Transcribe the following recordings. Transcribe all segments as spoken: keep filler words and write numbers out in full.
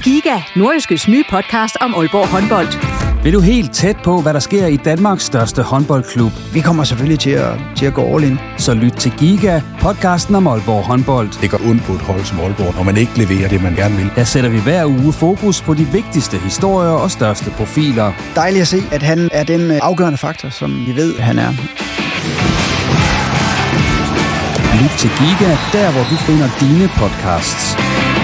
Giga, Nordjyskes nye podcast om Aalborg håndbold. Vil du helt tæt på, hvad der sker i Danmarks største håndboldklub? Vi kommer selvfølgelig til at, til at gå all in. Så lyt til Giga, podcasten om Aalborg håndbold. Det går ondt på et hold som Aalborg, når man ikke leverer det, man gerne vil. Der sætter vi hver uge fokus på de vigtigste historier og største profiler. Dejligt at se, at han er den afgørende faktor, som vi ved, han er. Lyt til Giga, der hvor du finder dine podcasts.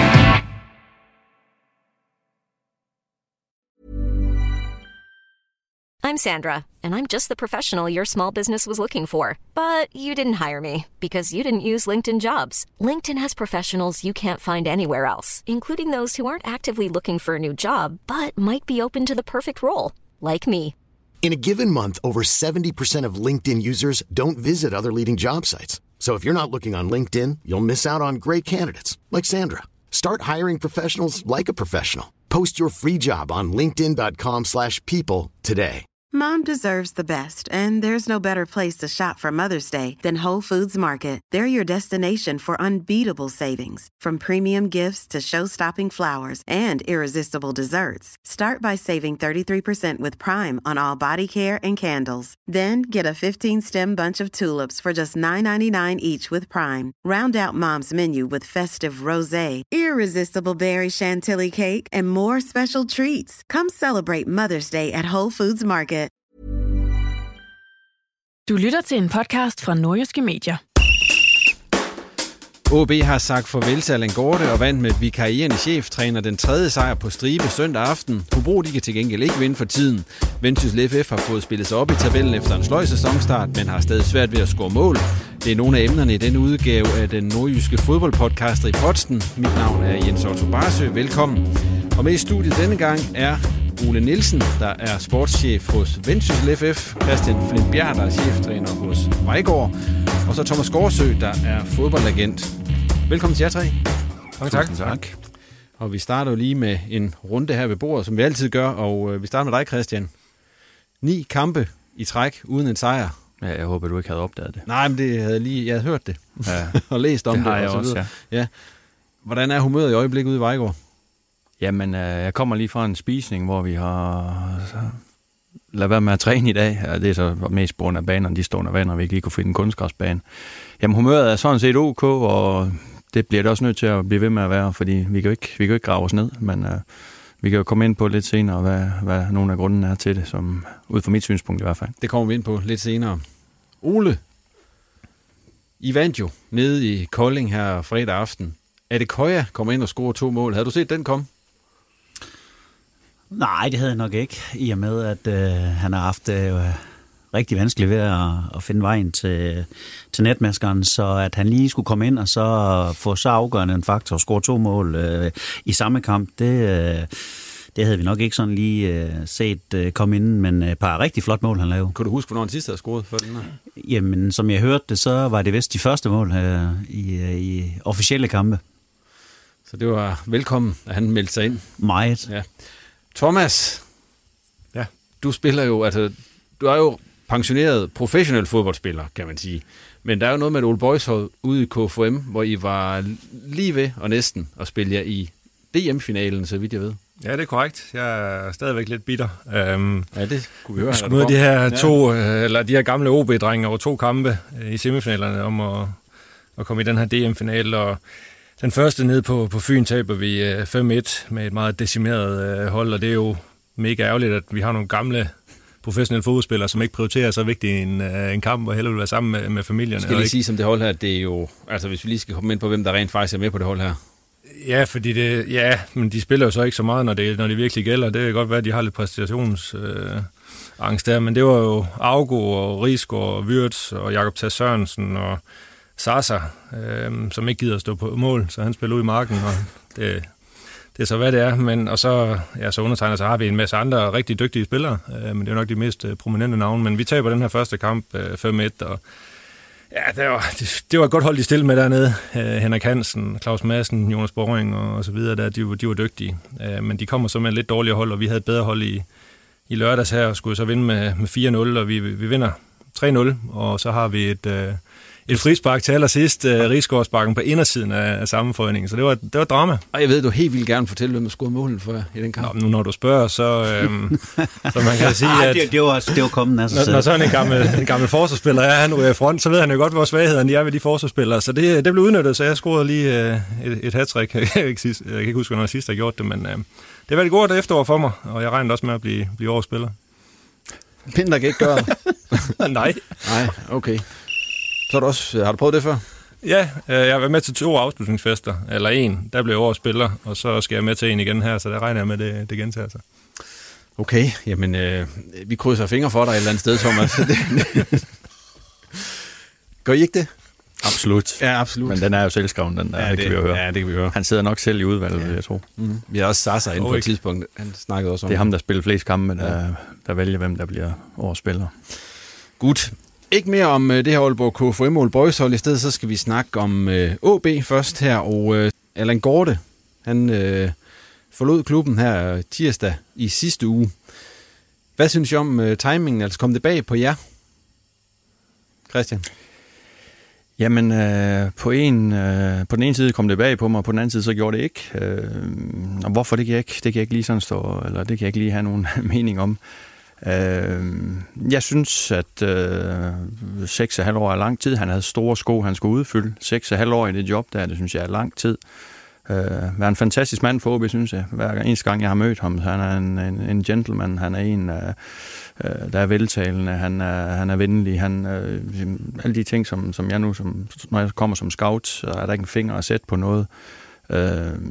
I'm Sandra, and I'm just the professional your small business was looking for. But you didn't hire me because you didn't use LinkedIn Jobs. LinkedIn has professionals you can't find anywhere else, including those who aren't actively looking for a new job, but might be open to the perfect role, like me. In a given month, over seventy percent of LinkedIn users don't visit other leading job sites. So if you're not looking on LinkedIn, you'll miss out on great candidates like Sandra. Start hiring professionals like a professional. Post your free job on linkedin dot com slash people today. Mom deserves the best, and there's no better place to shop for Mother's Day than Whole Foods Market. They're your destination for unbeatable savings, from premium gifts to show-stopping flowers and irresistible desserts. Start by saving thirty-three percent with Prime on all body care and candles. Then get a fifteen-stem bunch of tulips for just nine ninety-nine each with Prime. Round out Mom's menu with festive rosé, irresistible berry chantilly cake, and more special treats. Come celebrate Mother's Day at Whole Foods Market. Du lytter til en podcast fra Nordjyske Medier. O B har sagt farvel til Allan Gorte og vandt med vikarierende cheftræner den tredje sejr på stribe søndag aften. Hobro de kan til gengæld ikke vinde for tiden. Vendsyssel F F har fået spillet sig op i tabellen efter en sløj sæsonstart, men har stadig svært ved at score mål. Det er nogle af emnerne i denne udgave af den nordjyske fodboldpodcast i Potsten. Mit navn er Jens Otto Barsø. Velkommen. Og med i studiet denne gang er Ole Nielsen, der er sportschef hos Vendsyssel F F, Christian Flint Bjerg, der er cheftræner hos Vejgaard, og så Thomas Gårdsø, der er fodboldagent. Velkommen til jer tre. Mange tak. tak. Og vi starter jo lige med en runde her ved bordet, som vi altid gør, og øh, vi starter med dig, Christian. Ni kampe i træk uden en sejr. Ja, jeg håber, du ikke havde opdaget det. Nej, men det havde lige, jeg havde hørt det ja. og læst om det. Det har det, jeg og så også, ja. ja. Hvordan er humøret i øjeblikket ude i Vejgaard? Jamen, øh, jeg kommer lige fra en spisning, hvor vi har så, ladet være med at træne i dag. Ja, det er så mest på grund af banerne, de stående vander, vi ikke lige kunne finde en kunstgræsbane. Jamen, humøret er sådan set ok, og det bliver det også nødt til at blive ved med at være, fordi vi kan jo ikke, vi kan jo ikke grave os ned, men øh, vi kan jo komme ind på lidt senere, hvad, hvad nogle af grunden er til det, som, ud fra mit synspunkt i hvert fald. Det kommer vi ind på lidt senere. Ole, I vandt jo nede i Kolding her fredag aften. Adekoya kommer ind og scorer to mål. Havde du set den komme? Nej, det havde jeg nok ikke, i og med, at øh, han har haft det øh, rigtig vanskeligt ved at, at finde vejen til, til netmaskeren, så at han lige skulle komme ind og så få så afgørende en faktor og score to mål øh, i samme kamp, det, øh, det havde vi nok ikke sådan lige øh, set øh, komme ind, men et par rigtig flot mål, han lavede. Kunne du huske, hvornår han sidst havde scoret for den her? Jamen, som jeg hørte det, så var det vist de første mål øh, i, i officielle kampe. Så det var velkommen, at han meldte sig ind. Meget. Ja. Thomas, ja. Du spiller jo, altså, du er jo pensioneret professionel fodboldspiller, kan man sige. Men der er jo noget med et Old Boys hold ude i K F M, hvor I var lige ved og næsten at spille jer i D M-finalen, så vidt jeg ved. Ja, det er korrekt. Jeg er stadigvæk lidt bitter. Um, ja, det kunne vi høre. Jeg skulle møde de her to, ja. eller de her gamle O B-drenge over to kampe i semifinalerne om at, at komme i den her D M-finale, og den første nede på, på Fyn taber vi fem et med et meget decimeret øh, hold, og det er jo mega ærgerligt, at vi har nogle gamle professionelle fodboldspillere, som ikke prioriterer så vigtig en, øh, en kamp, og hellere vil være sammen med, med familierne. Skal jeg lige sige som det hold her, det er jo, altså hvis vi lige skal komme ind på, hvem der rent faktisk er med på det hold her. Ja, fordi det, ja, men de spiller jo så ikke så meget, når det, når det virkelig gælder. Det kan godt være, at de har lidt præstationsangst øh, der, men det var jo Augo og Rigsgaard og Wirtz og Jakob Tass Sørensen og Sasa, øh, som ikke gider at stå på mål, så han spiller ud i marken, og det, det er så, hvad det er. Men, og så, ja, så undertegner, så har vi en masse andre rigtig dygtige spillere, øh, men det er nok de mest øh, prominente navne. Men vi taber den her første kamp øh, fem et, og ja, det var, det, det var et godt hold, de stille med dernede. Øh, Henrik Hansen, Claus Madsen, Jonas Boring og, og så videre, der, de, de var dygtige. Øh, men de kommer så med et lidt dårligere hold, og vi havde et bedre hold i, i lørdags her, og skulle så vinde med, med fire nul, og vi, vi vinder tre nul, og så har vi et... Øh, et frispark til allersidst, uh, Rigsgaardsbakken på indersiden af, af sammenføjningen, så det var, det var drama. Og jeg ved, du helt vildt gerne fortælle, hvem der scorede målet for i den kamp. Nå, nu når du spørger, så, øhm, så man kan sige, at det, det, var, det var kommet af sig når, når sådan en gammel, en gammel forsvarsspiller er, han ryger i front, så ved han jo godt, hvor svagheden de er ved de forsvarsspillere, så det, det blev udnyttet, så jeg scorede lige uh, et, et hat-trick. Jeg kan ikke, jeg kan ikke huske, hvornår jeg sidst har gjort det, men uh, det var et godt efterår for mig, og jeg regnede også med at blive, blive årets spiller. Pinder kan ikke gøre det. Nej. Nej, okay. Så har du også, har du prøvet det før? Ja, jeg har været med til to afslutningsfester, eller en, der blev jeg årets spiller, og så skal jeg med til en igen her, så der regner jeg med, det, det gentager sig. Okay, jamen øh, vi krydser fingre for dig et eller andet sted, Thomas. Gør I ikke det? Absolut. Ja, absolut. Men den er jo selvskreven, den der, ja, det, det kan vi jo høre. Ja, det kan vi høre. Han sidder nok selv i udvalget, ja. jeg tror. Mm. Vi har også Sasa inde oh, på et tidspunkt. Han snakkede også om det. er ham, der spiller flest kampe, der, ja. der vælger, hvem der bliver årets spiller. Godt. Ikke mere om det her Aalborg K F U M All Boys hold. I stedet så skal vi snakke om øh, A B først her. Og øh, Allan Gorte, han øh, forlod klubben her tirsdag i sidste uge. Hvad synes I om øh, timingen? Altså kom det bag på jer? Christian? Jamen, øh, på, en, øh, på den ene side kom det bag på mig, og på den anden side så gjorde det ikke. Øh, og hvorfor, det kan jeg ikke, det kan jeg ikke lige sådan stå, eller det kan jeg ikke lige have nogen mening om. Øh, jeg synes, at øh, seks og halv år er lang tid. Han havde store sko, han skulle udfylde. Seks og halv år i det job der, det synes jeg er lang tid. Øh, var en fantastisk mand for A B, synes jeg. Hver eneste gang, jeg har mødt ham, han er en, en, en gentleman, han er en, øh, der er veltalende, han er, han er venlig, han, øh, alle de ting, som, som jeg nu, som, når jeg kommer som scout, så er der ikke en finger at sætte på noget. Øh,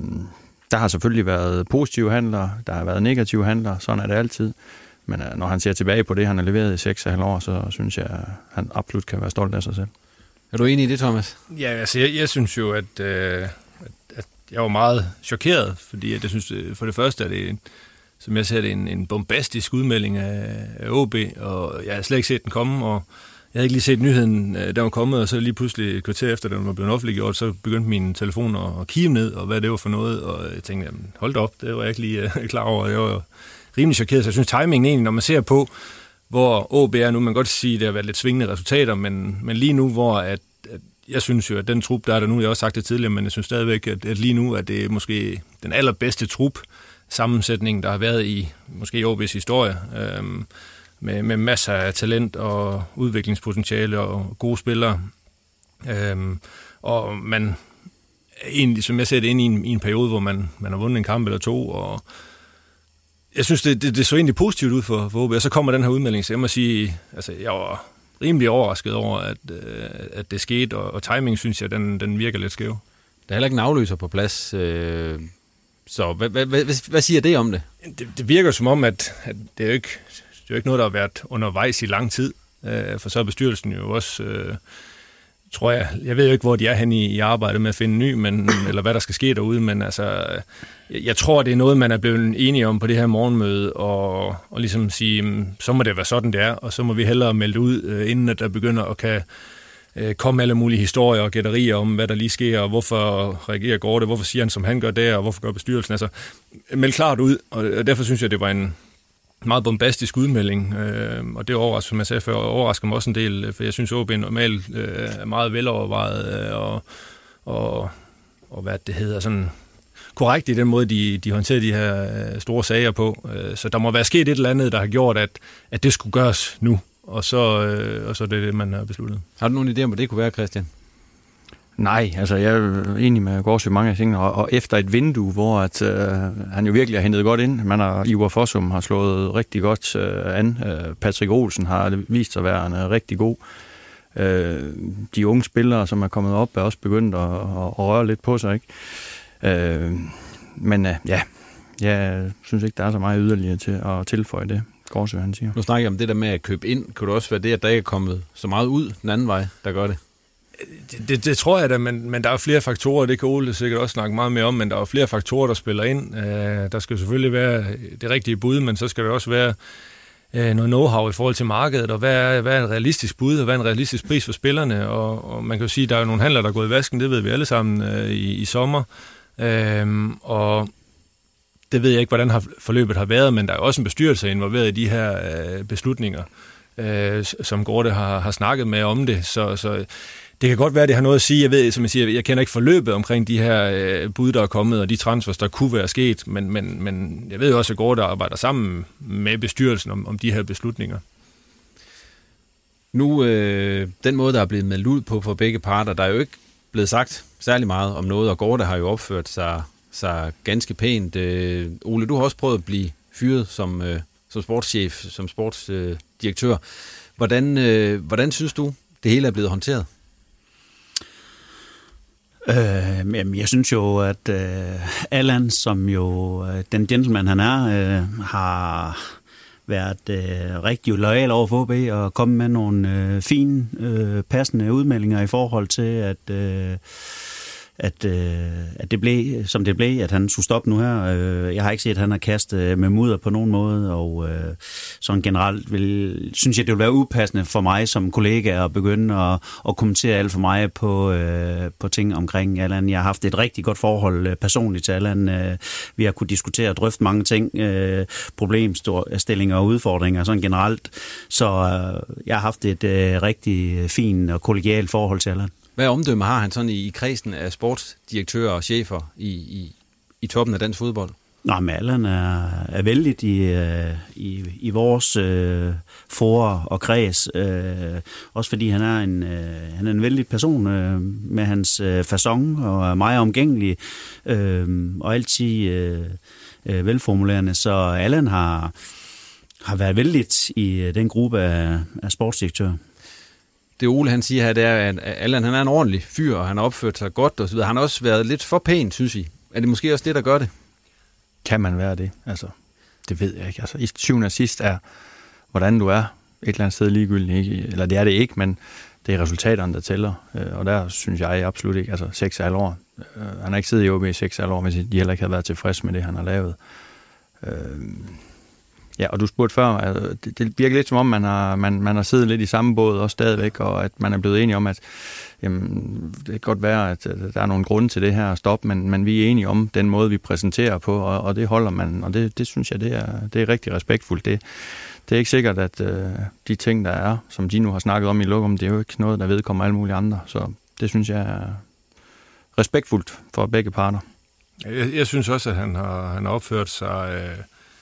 der har selvfølgelig været positive handler, der har været negative handler, sådan er det altid. Men øh, når han ser tilbage på det, han har leveret i seks og halv år, så synes jeg, at han absolut kan være stolt af sig selv. Er du enig i det, Thomas? Ja, altså jeg, jeg synes jo, at, øh, at jeg var meget chokeret, fordi at jeg synes, for det første er det, som jeg ser det, en, en bombastisk udmelding af, af A B, og jeg har slet ikke set den komme, og jeg havde ikke lige set nyheden, der var kommet, og så lige pludselig et kvarter efter, den var blevet offentliggjort, så begyndte min telefon at, at kigge ned, og hvad det var for noget, og jeg tænkte, jamen, hold da op, det var jeg ikke lige uh, klar over. Jeg var rimelig chokeret, så jeg synes, timingen egentlig, når man ser på, hvor A B er nu, man kan godt sige, at det har været lidt svingende resultater, men, men lige nu, hvor at, at jeg synes jo, at den trup, der er der nu, jeg har også sagt det tidligere, men jeg synes stadigvæk, at, at lige nu er det måske den allerbedste trup, sammensætning, der har været i måske A B's historie, øhm, med, med masser af talent og udviklingspotentiale og gode spillere. Øhm, og man egentlig, som jeg ser det, inde i en, i en periode, hvor man, man har vundet en kamp eller to, og jeg synes, det, det, det så egentlig positivt ud for, for A B, og så kommer den her udmelding, så jeg må sige, altså jeg var rimelig overrasket over, at, at det skete, og, og timing, synes jeg, den, den virker lidt skæv. Der er heller ikke en afløser på plads, øh, så hvad, hvad, hvad, hvad siger det om det? Det, det virker som om, at, at det, er jo ikke, det er jo ikke noget, der har været undervejs i lang tid, øh, for så er bestyrelsen jo også, øh, tror jeg, jeg ved jo ikke, hvor de er henne i, i arbejdet med at finde en ny, men, eller hvad der skal ske derude, men altså, jeg, jeg tror, det er noget, man er blevet enige om på det her morgenmøde, og, og ligesom sige, så må det være sådan, det er, og så må vi hellere melde ud, øh, inden at der begynder at kan komme alle mulige historier og gætterier om, hvad der lige sker, og hvorfor reagerer Gorte, hvorfor siger han, som han gør der, og hvorfor gør bestyrelsen. Altså, meld klart ud, og derfor synes jeg, det var en meget bombastisk udmelding, og det overrasker, som jeg sagde før, overrasker mig også en del, for jeg synes, A B normalt er meget velovervejet, og, og, og hvad det hedder, sådan korrekt i den måde, de, de håndterer de her store sager på. Så der må være sket et eller andet, der har gjort, at, at det skulle gøres nu. Og så, øh, og så er det det, man har besluttet. Har du nogen idé om, hvad det kunne være, Christian? Nej, altså jeg er enig med Gårdsø mange af tingene, og, og efter et vindue, hvor at, øh, han jo virkelig har hentet godt ind. Man har, Ivar Fossum har slået rigtig godt øh, an. Øh, Patrick Olsen har vist sig at være en, øh, rigtig god. Øh, de unge spillere, som er kommet op, er også begyndt at, at, at røre lidt på sig, ikke? Øh, men øh, ja, jeg synes ikke, der er så meget yderligere til at tilføje det. Gårdsø, han siger. Nu snakker jeg om det der med at købe ind. Kunne det også være det, at der ikke er kommet så meget ud den anden vej, der gør det? Det, det, det tror jeg da, men, men der er flere faktorer, det kan Ole sikkert også snakke meget mere om, men der er flere faktorer, der spiller ind. Uh, der skal selvfølgelig være det rigtige bud, men så skal der også være uh, noget know-how i forhold til markedet, og hvad er, hvad er en realistisk bud, og hvad er en realistisk pris for spillerne, og, og man kan jo sige, at der er nogle handler, der er gået i vasken, det ved vi alle sammen uh, i, i sommer, uh, og det ved jeg ikke, hvordan forløbet har været, men der er også en bestyrelse involveret i de her øh, beslutninger, øh, som Gorte har, har snakket med om det. Så, så det kan godt være, at det har noget at sige. Jeg ved, som jeg siger, jeg kender ikke forløbet omkring de her øh, bud, der er kommet, og de transfers, der kunne være sket, men, men, men jeg ved også, at Gårde arbejder sammen med bestyrelsen om, om de her beslutninger. Nu, øh, den måde, der er blevet meldt ud på for begge parter, der er jo ikke blevet sagt særlig meget om noget, og Gårde har jo opført sig, sig ganske pænt. Øh, Ole, du har også prøvet at blive fyret som, øh, som sportschef, som sportsdirektør. Øh, hvordan, øh, hvordan synes du, det hele er blevet håndteret? Øh, jamen, jeg synes jo, at øh, Allan, som jo øh, den gentleman han er, øh, har været øh, rigtig lojal over for O B og kommet med nogle øh, fine, øh, passende udmeldinger i forhold til, at, øh, at, øh, at det blev, som det blev, at han skulle stoppe nu her. Øh, jeg har ikke set, at han har kastet med mudder på nogen måde, og øh, sådan generelt vil, synes jeg, det vil være upassende for mig som kollega at begynde at, at kommentere alt for mig på, øh, på ting omkring Allan. Jeg har haft et rigtig godt forhold øh, personligt til Allan. Øh, vi har kunnet diskutere og drøfte mange ting, øh, problemstillinger og udfordringer sådan generelt. Så øh, jeg har haft et øh, rigtig fint og kollegialt forhold til Allan. Hvad omdømme har han sådan i, i kredsen af sportsdirektører og chefer i, i, i toppen af dansk fodbold? Nå, men Allan er, er vældigt i, i, i vores øh, forer og kreds. Øh, også fordi han er en, øh, han er en vældig person øh, med hans øh, facon og er meget omgængelig øh, og altid øh, øh, velformulerende. Så Allan har, har været vældigt i den gruppe af, af sportsdirektører. Det Ole han siger her, det er, at Allan han er en ordentlig fyr, og han har opført sig godt og så videre. Han har også været lidt for pæn, synes I. Er det måske også det, der gør det? Kan man være det? Altså, det ved jeg ikke. Altså, i syvende og sidst er, hvordan du er et eller andet sted ligegyldigt. Ikke? Eller det er det ikke, men det er resultaterne, der tæller. Og der synes jeg absolut ikke. Altså, seks halv år. Han har ikke siddet i O B i seks halv år, hvis de heller ikke havde været tilfreds med det, han har lavet. Ja, og du spurgte før, altså, det, det virker lidt som om, man har, man, man har siddet lidt i samme båd også stadigvæk, og at man er blevet enige om, at jamen, det kan godt være, at der er nogle grunde til det her at stoppe, men, men vi er enige om den måde, vi præsenterer på, og, og det holder man, og det, det synes jeg, det er, det er rigtig respektfuldt. Det, det er ikke sikkert, at øh, de ting, der er, som de nu har snakket om i Lokum, det er jo ikke noget, der vedkommer alle mulige andre, så det synes jeg er respektfuldt for begge parter. Jeg, jeg synes også, at han har, han har opført sig Øh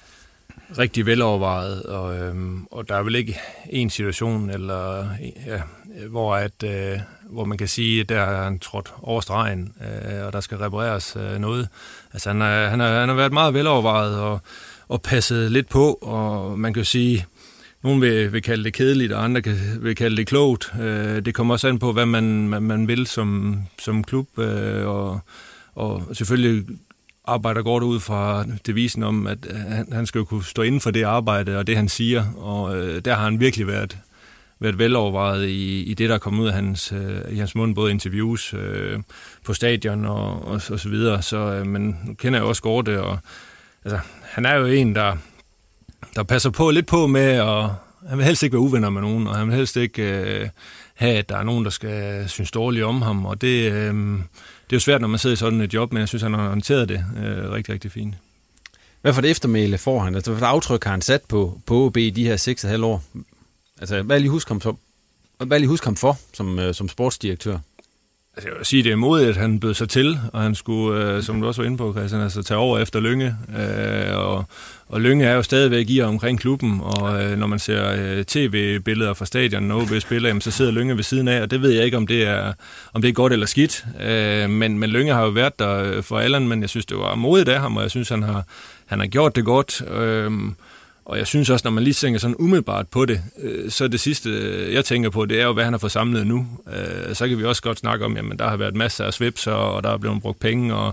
rigtig velovervejet, og, øhm, og der er vel ikke en situation, eller, ja, hvor, at, øh, hvor man kan sige, at der er han trådt over stregen, øh, og der skal repareres øh, noget. Altså han, er, han, er, han har været meget velovervejet og, og passet lidt på, og man kan jo sige, nogen vil, vil kalde det kedeligt, og andre kan, vil kalde det klogt. Øh, det kommer også an på, hvad man, man, man vil som, som klub, øh, og, og selvfølgelig arbejder går ud fra devisen om, at han, han skal jo kunne stå inden for det arbejde og det, han siger. Og øh, der har han virkelig været, været velovervejet i, i det, der er kommet ud af hans, øh, i hans mund, både interviews øh, på stadion og, og, og så videre. Så, øh, men nu kender jeg også Gårde, og altså, han er jo en, der, der passer på lidt på med, og han vil helst ikke være uvenner med nogen, og han vil helst ikke øh, have, at der er nogen, der skal synes dårligt om ham, og det... Øh, Det er jo svært, når man sidder i sådan et job, men jeg synes, han har håndteret det øh, rigtig, rigtig fint. Hvad for det eftermæle får han? Altså, hvad for aftryk har han sat på, på O B i de her seks og halv år? Altså, hvad er lige husk ham, så, hvad er lige husk ham for som, øh, som sportsdirektør? Altså, jeg vil sige, det er modigt, at han bød sig til, og han skulle, øh, som du også var inde på, Christian, altså tage over efter Lynge. Øh, og, og Lynge er jo stadigvæk i og omkring klubben, og øh, når man ser øh, tv-billeder fra stadion, når O B spiller, jamen, så sidder Lynge ved siden af, og det ved jeg ikke, om det er, om det er godt eller skidt. Øh, men, men Lynge har jo været der for Allan, men jeg synes, det var modigt af ham, og jeg synes, han har, han har gjort det godt. Øh, Og jeg synes også, når man lige tænker sådan umiddelbart på det, øh, så det sidste, jeg tænker på, det er jo, hvad han har fået samlet nu. Øh, så kan vi også godt snakke om, jamen der har været masser af svipser, og der er blevet brugt penge, og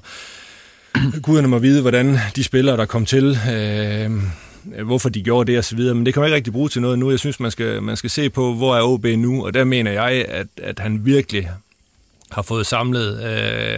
guderne må vide, hvordan de spillere, der kom til, øh, hvorfor de gjorde det og så videre. Men det kan man ikke rigtig bruge til noget nu. Jeg synes, man skal, man skal se på, hvor er O B nu, og der mener jeg, at, at han virkelig har fået samlet øh,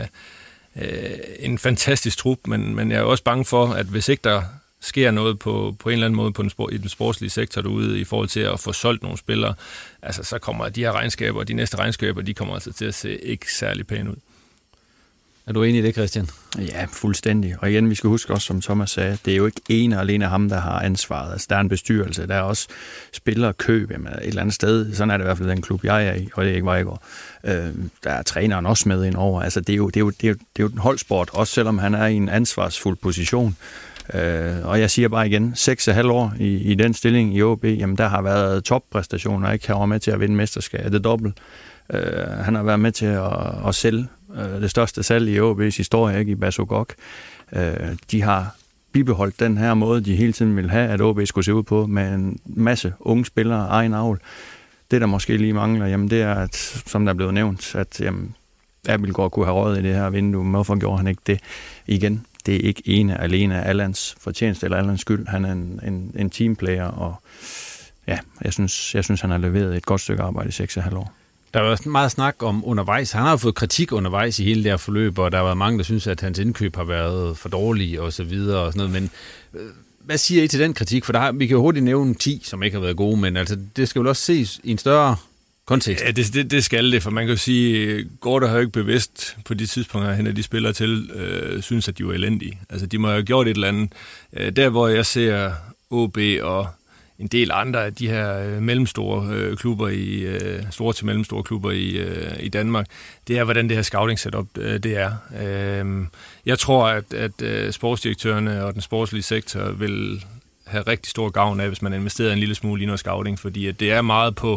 øh, en fantastisk trup, men, men jeg er også bange for, at hvis ikke der sker noget på, på en eller anden måde på den spor, i den sportslige sektor derude i forhold til at få solgt nogle spillere, altså så kommer de her regnskaber, de næste regnskaber, de kommer altså til at se ikke særlig pæne ud. Er du enig i det, Christian? Ja, fuldstændig. Og igen, vi skal huske også, som Thomas sagde, det er jo ikke ene og alene ham, der har ansvaret. Altså, der er en bestyrelse, der er også spillere køb et eller andet sted. Sådan er det i hvert fald den klub, jeg er i, og det er ikke Vejgaard. Øh, der er træneren også med ind over. Altså, det er jo, det er jo, det er jo, det er jo en holdsport, også selvom han er i en ansvarsfuld position. Øh, og jeg siger bare igen, seks og halv år i, i den stilling i O B, jamen der har været toppræstationer, ikke? Han var med til at vinde mesterskab, det dobbelt. Øh, han har været med til at, at sælge øh, det største salg i O B's historie, ikke? I Basogok. Øh, de har bibeholdt den her måde, de hele tiden ville have, at O B skulle se ud på, med en masse unge spillere, egen avl. Det, der måske lige mangler, jamen det er, at, som der er blevet nævnt, at jamen, Abildgaard kunne have råd i det her vindue, men hvorfor gjorde han ikke det igen? Det er ikke ene alene af Allans fortjeneste eller Allans skyld. Han er en, en, en teamplayer, og ja, jeg synes, jeg synes, han har leveret et godt stykke arbejde i seks og halv år. Der har været meget snak om undervejs. Han har jo fået kritik undervejs i hele det her forløb, og der har været mange, der synes, at hans indkøb har været for dårlige og så videre og sådan noget. Men øh, hvad siger I til den kritik? For der har, vi kan jo hurtigt nævne ti, som ikke har været gode, men altså, det skal jo også ses i en større kontekst. Ja, det, det, det skal det, for man kan jo sige, Gorter har jo ikke bevidst på de tidspunkter, hen af de spillere til, øh, synes, at de var elendige. Altså, de må have gjort et eller andet. Øh, der, hvor jeg ser O B og en del andre af de her øh, mellemstore øh, klubber, i øh, store til mellemstore klubber i, øh, i Danmark, det er, hvordan det her scouting setup øh, det er. Øh, jeg tror, at, at øh, sportsdirektørerne og den sportslige sektor vil have rigtig stor gavn af, hvis man investerer en lille smule i noget scouting, fordi at det er meget på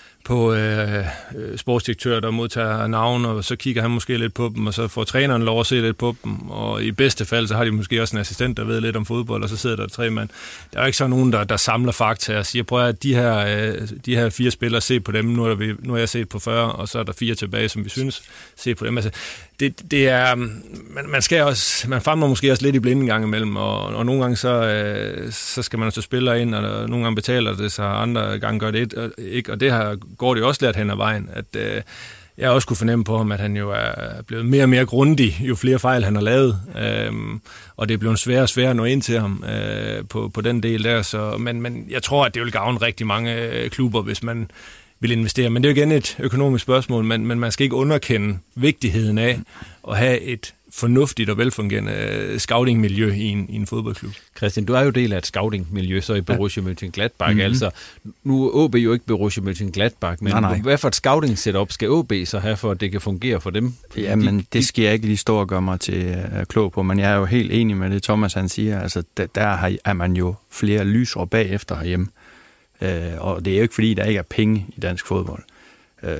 på øh, sportsdirektør, der modtager navn, og så kigger han måske lidt på dem, og så får træneren lov at se lidt på dem, og i bedste fald, så har de måske også en assistent, der ved lidt om fodbold, og så sidder der tre mand. Der er jo ikke så nogen, der, der samler fakta og siger, prøv at de her, øh, de her fire spillere, se på dem, nu er, der, nu er jeg set på fyrre, og så er der fire tilbage, som vi synes, se på dem. Altså, det, det er, man, man skal også, man famler måske også lidt i blinde en gang imellem, og, og nogle gange så, øh, så skal man så spille ind, og nogle gange betaler det, så andre gange gør det et, og, ikke, og det har går det jo også lært hen ad vejen, at øh, jeg også kunne fornemme på ham, at han jo er blevet mere og mere grundig, jo flere fejl han har lavet, øhm, og det er blevet sværere og sværere at nå ind til ham øh, på, på den del der, så, men, men jeg tror, at det vil gavne rigtig mange øh, klubber, hvis man vil investere, men det er jo igen et økonomisk spørgsmål, men, men man skal ikke underkende vigtigheden af at have et fornuftigt og velfungerende scouting-miljø i en, i en fodboldklub. Christian, du er jo del af et scouting-miljø, så i Borussia Mönchengladbach. Mm-hmm. Altså, nu er O B jo ikke Borussia Mönchengladbach, men nej, nej. Hvad for et scouting-setup skal O B så have, for at det kan fungere for dem? Jamen, det skal jeg ikke lige stå og gøre mig til uh, klog på, men jeg er jo helt enig med det, Thomas han siger. Altså, der, der er man jo flere lysår bagefter herhjemme, uh, og det er jo ikke, fordi der ikke er penge i dansk fodbold. Uh,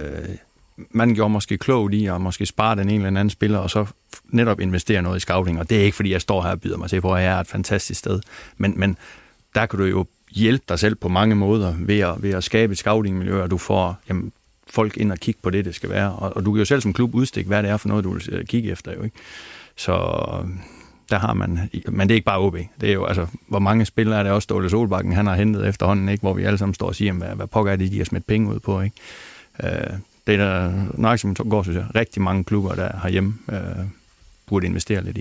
man gjorde måske klogt i at måske spare den en eller anden spiller, og så netop investere noget i scouting, og det er ikke, fordi jeg står her og byder mig til, hvor jeg er et fantastisk sted, men, men der kan du jo hjælpe dig selv på mange måder ved at, ved at skabe et scoutingmiljø, og du får jamen, folk ind og kigge på det, det skal være, og, og du kan jo selv som klub udstikke, hvad det er for noget, du vil kigge efter, jo ikke? Så der har man, men det er ikke bare O B, det er jo, altså, hvor mange spillere er det også, Ståle Solbakken, han har hentet efterhånden, ikke? Hvor vi alle sammen står og siger, hvad, hvad pokker er det, de har smidt penge ud på, ikke? Uh, det er der, nok som går, synes jeg, rigtig mange klubber, der herhjemme øh, burde investere lidt i.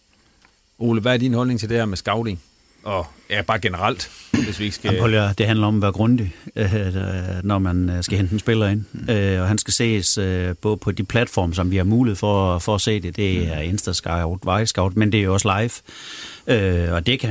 Ole, hvad er din holdning til det her med scouting? Og ja, bare generelt, hvis vi ikke skal... Jamen, det handler om at være grundig, øh, når man skal hente en spiller ind. Mm. Øh, og han skal ses øh, både på de platforme, som vi har mulighed for, for at se det. Det er Insta-scout, Vejscout, men det er jo også live. Øh, og det kan...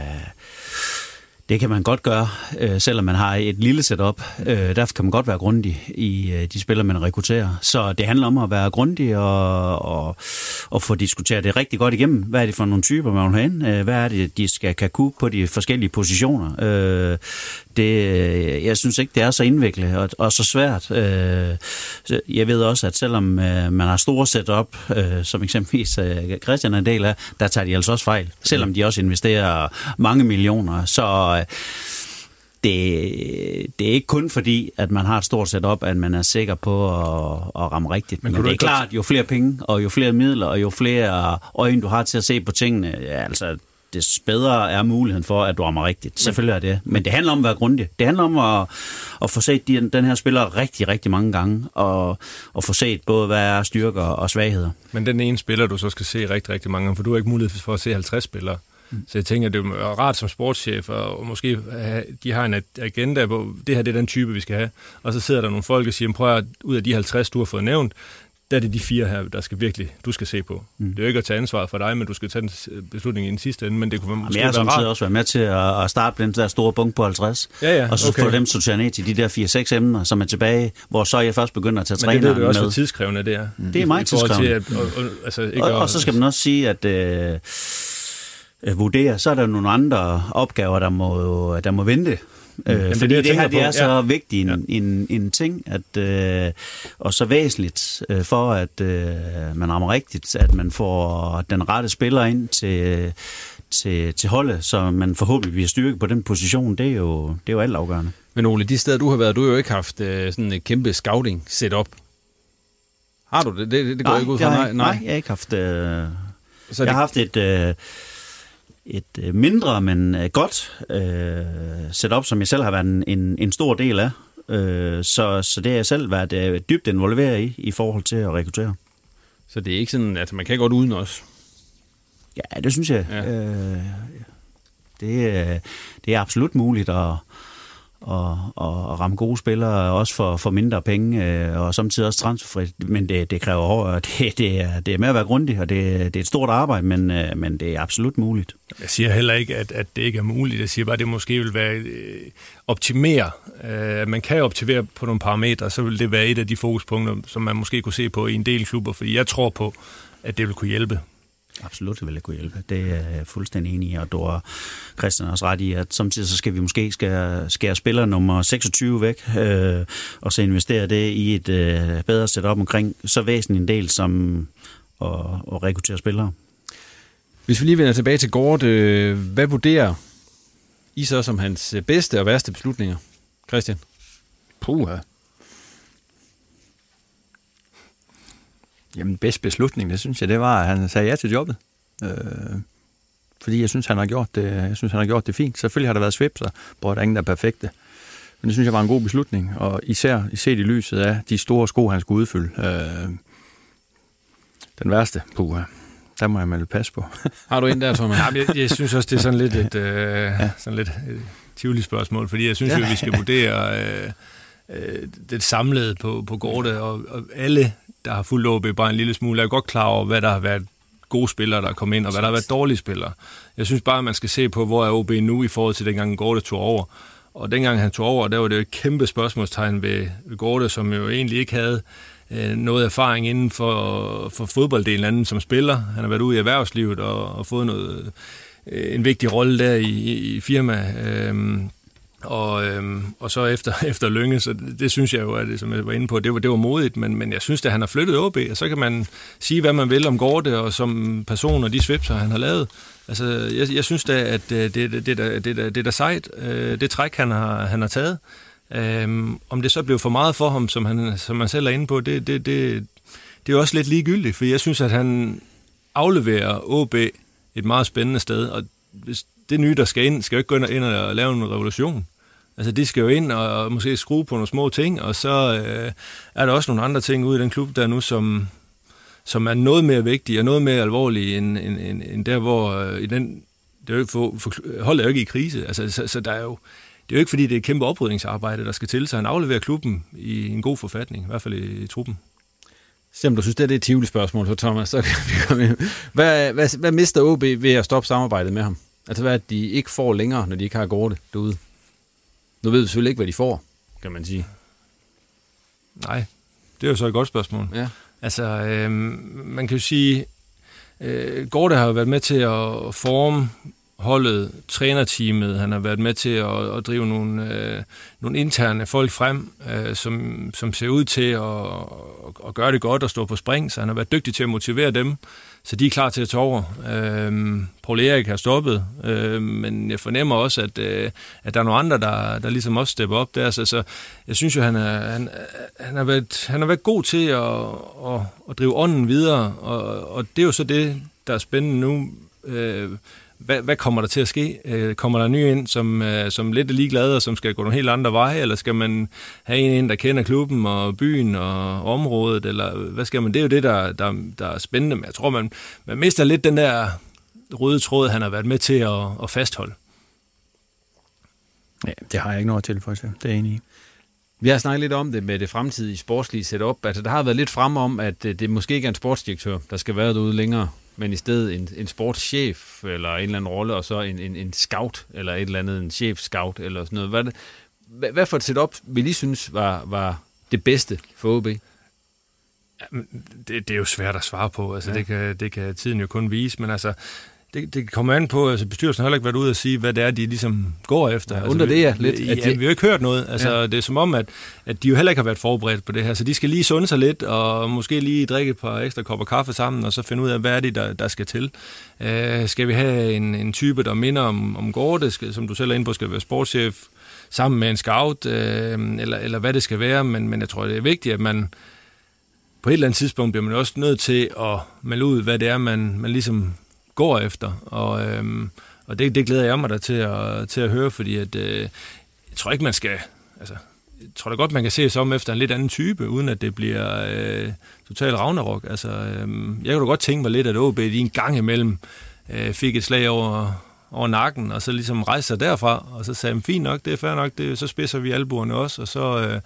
Det kan man godt gøre, øh, selvom man har et lille setup. Øh, derfor kan man godt være grundig i øh, de spillere, man rekrutterer. Så det handler om at være grundig og, og, og få diskuteret det rigtig godt igennem. Hvad er det for nogle typer, man vil have ind? Øh, hvad er det, de skal kan kunne på de forskellige positioner? Øh, det, jeg synes ikke, det er så indviklet og, og så svært. Øh, jeg ved også, at selvom øh, man har store setup, øh, som eksempelvis øh, Christian er en del af, der tager de altså også fejl. Selvom de også investerer mange millioner, så Det, det er ikke kun fordi, at man har et stort setup, at man er sikker på at, at ramme rigtigt. Men, Men det er klart, jo flere penge, og jo flere midler, og jo flere øjne, du har til at se på tingene, ja, altså, des bedre er muligheden for, at du rammer rigtigt. Selvfølgelig er det. Men det handler om at være grundig. Det handler om at, at få set den, den her spiller rigtig, rigtig mange gange, og, og få set både, hvad er styrker og svagheder. Men den ene spiller, du så skal se rigtig, rigtig mange gange, for du har ikke mulighed for at se halvtreds spillere. Så jeg tænker, at det er rart som sportschef, og måske de har en agenda, hvor det her det er den type, vi skal have. Og så sidder der nogle folk og siger, prøv at ud af de halvtreds, du har fået nævnt, der er det de fire her, der skal virkelig, du skal se på. Mm. Det er jo ikke at tage ansvaret for dig, men du skal tage en beslutning i den sidste ende, men det kunne måske være rart. Jeg har samtidig også været med til at starte på den der store bunke på halvtreds, ja, ja, og så okay. få dem sorteret ned til de der fire seks emner, som er tilbage, hvor så jeg først begynder at tage træneren med. Men det er jo også for tidskrævende, det er. Mm. Det er meget tidskrævende. At, og, og, altså, ikke og, og så skal man også sige, at øh, øh, vurdere, så er der nogle andre opgaver, der må, der må vente. Øh, Jamen, fordi det, det her det er på. så ja. vigtig en, ja. en, en ting, at, øh, og så væsentligt øh, for, at øh, man rammer rigtigt, at man får den rette spiller ind til, til, til holdet, så man forhåbentlig bliver styrket på den position. Det er jo, det er jo alt afgørende. Men Ole, de steder, du har været, du har jo ikke haft øh, sådan et kæmpe scouting-setup. Har du det? Det, det går nej, ikke ud fra nej, nej. Nej, jeg har ikke haft... Øh, så jeg det... har haft et... Øh, et mindre, men godt øh, setup, som jeg selv har været en, en, en stor del af. Øh, så, så det har jeg selv været øh, dybt involveret i, i forhold til at rekruttere. Så det er ikke sådan, at man kan godt uden os? Ja, det synes jeg. Ja. Øh, det, det er absolut muligt at, at, at ramme gode spillere, også for, for mindre penge, og samtidig også transferfrit. Men det, det kræver hårdt, og det, det, er, det er med at være grundig, og det, det er et stort arbejde, men, men det er absolut muligt. Jeg siger heller ikke, at, at det ikke er muligt. Jeg siger bare, at det måske vil være øh, optimere. Øh, man kan optimere på nogle parametre, så vil det være et af de fokuspunkter, som man måske kunne se på i en del klubber, fordi jeg tror på, at det vil kunne hjælpe. Absolut, det vil jeg kunne hjælpe. Det er jeg fuldstændig enig i, og du har Christian også ret i, at samtidig så skal vi måske skære, skære spiller nummer seksogtyve væk, øh, og så investere det i et øh, bedre setup omkring så væsentlig en del som at, at rekruttere spillere. Hvis vi lige vender tilbage til Gort, øh, hvad vurderer I så som hans bedste og værste beslutninger, Christian? Puha. Jamen, bedste beslutning, det synes jeg, det var, at han sagde ja til jobbet. Øh, fordi jeg synes, han har gjort det, jeg synes, han har gjort det fint. Selvfølgelig har der været svipser, hvor der er ingen, der er perfekte. Men det synes jeg var en god beslutning, og især set i lyset af de store sko, han skulle udfylde. Øh, den værste, puha. Der må jeg melde pas på. Har du en der, Thomas? Ja, jeg, jeg synes også, det er sådan lidt et, øh, ja. sådan lidt et tvivligt spørgsmål, fordi jeg synes ja. jo, vi skal vurdere øh, øh, det samlede på, på Gorte, og, og alle, der har fulgt O B bare en lille smule, er godt klar over, hvad der har været gode spillere, der er kommet ind, og hvad der har været dårlige spillere. Jeg synes bare, at man skal se på, hvor er O B nu i forhold til dengang Gorte tog over. Og dengang han tog over, der var det jo et kæmpe spørgsmålstegn ved, ved Gorte, som jo egentlig ikke havde øh, noget erfaring inden for, for fodbolddelen anden som spiller. Han har været ude i erhvervslivet og, og fået noget, øh, en vigtig rolle der i, i firma. Øh, og, øhm, og så efter, efter Lynge, så det, det synes jeg jo, at det, som jeg var inde på, det var, det var modigt, men, men jeg synes, at han har flyttet O B, og så kan man sige, hvad man vil om Gorte, og som person og de svipser, han har lavet. Altså, jeg, jeg synes da, at det, det, det, det, det, det er da sejt, det træk, han har, han har taget. Øhm, om det så blev for meget for ham, som han, som han selv er inde på, det, det, det, det er også lidt ligegyldigt, for jeg synes, at han afleverer O B et meget spændende sted, og hvis det nye, der skal ind, skal jo ikke gå ind og lave en revolution. Altså, de skal jo ind og måske skrue på nogle små ting, og så øh, er der også nogle andre ting ude i den klub, der nu, som, som er noget mere vigtige og noget mere alvorlige, end, end, end, end der, hvor øh, i den, det er jo for, for, holdet er jo ikke i krise. Altså, så, så der er jo, det er jo ikke, fordi det er et kæmpe oprydningsarbejde, der skal til, så han afleverer klubben i en god forfatning, i hvert fald i, i truppen. Selvom du synes, det er et tvivligt spørgsmål, så Thomas, så kan vi komme ind. Hvad, hvad, hvad mister O B ved at stoppe samarbejdet med ham? Altså, hvad de ikke får længere, når de ikke har Gorte derude? Nu ved vi selvfølgelig ikke, hvad de får, kan man sige. Nej, det er jo så et godt spørgsmål. Ja. Altså, øh, man kan jo sige, øh, Gorte har været med til at forme holdet, trænerteamet. Han har været med til at, at drive nogle, øh, nogle interne folk frem, øh, som, som ser ud til at, at gøre det godt og stå på spring. Så han har været dygtig til at motivere dem, så de er klar til at tage over. Øh, Paul Erik har stoppet, øh, men jeg fornemmer også, at, øh, at der er nogle andre, der, der ligesom også stepper op der. Så, så jeg synes jo, han, er, han, han, har været, han har været god til at, at, at drive ånden videre, og, og det er jo så det, der er spændende nu. Øh, Hvad, hvad kommer der til at ske? Øh, kommer der nye ind, som, øh, som lidt er ligeglade, og som skal gå nogle helt andre veje, eller skal man have en ind, der kender klubben og byen og området, eller hvad skal man? Det er jo det, der, der, der er spændende, men jeg tror, man, man mister lidt den der røde tråd, han har været med til at, at fastholde. Ja, det har jeg ikke noget til for sig. Det er enig i. Vi har snakket lidt om det med det fremtidige sportslige setup. Altså, der har været lidt frem om, at det måske ikke er en sportsdirektør, der skal være derude længere, men i stedet en, en sportschef eller en eller anden rolle, og så en, en, en scout eller et eller andet, en chef-scout eller sådan noget. Hvad, det, hvad, hvad for et setup vil I synes var, var det bedste for O B? Jamen, det, det er jo svært at svare på. Altså, ja. det, kan, det kan tiden jo kun vise, men altså, det, det kommer an på, altså bestyrelsen har heller ikke været ude og sige, hvad det er, de ligesom går efter. Ja, altså, under det er lidt. Ja, de... vi har jo ikke hørt noget. Altså, ja. Det er som om, at, at de jo heller ikke har været forberedt på det her, så de skal lige sunde sig lidt, og måske lige drikke et par ekstra kopper kaffe sammen, og så finde ud af, hvad er det, der, der skal til. Uh, skal vi have en, en type, der minder om, om Gorte, skal, som du selv er inde på, skal være sportschef, sammen med en scout, uh, eller, eller hvad det skal være, men, men jeg tror, det er vigtigt, at man på et eller andet tidspunkt bliver man også nødt til at melde ud, hvad det er, man, man ligesom går efter, og, øhm, og det, det glæder jeg mig da til at, til at høre, fordi at, øh, jeg tror ikke, man skal, altså, jeg tror da godt, man kan se sig om efter en lidt anden type, uden at det bliver øh, totalt ragnarok. Altså, øh, jeg kunne da godt tænke mig lidt, at O B de en gang imellem øh, fik et slag over, over nakken, og så ligesom rejste sig derfra, og så sagde, fint nok, det er fair nok, det, så spidser vi albuerne også, og så øh,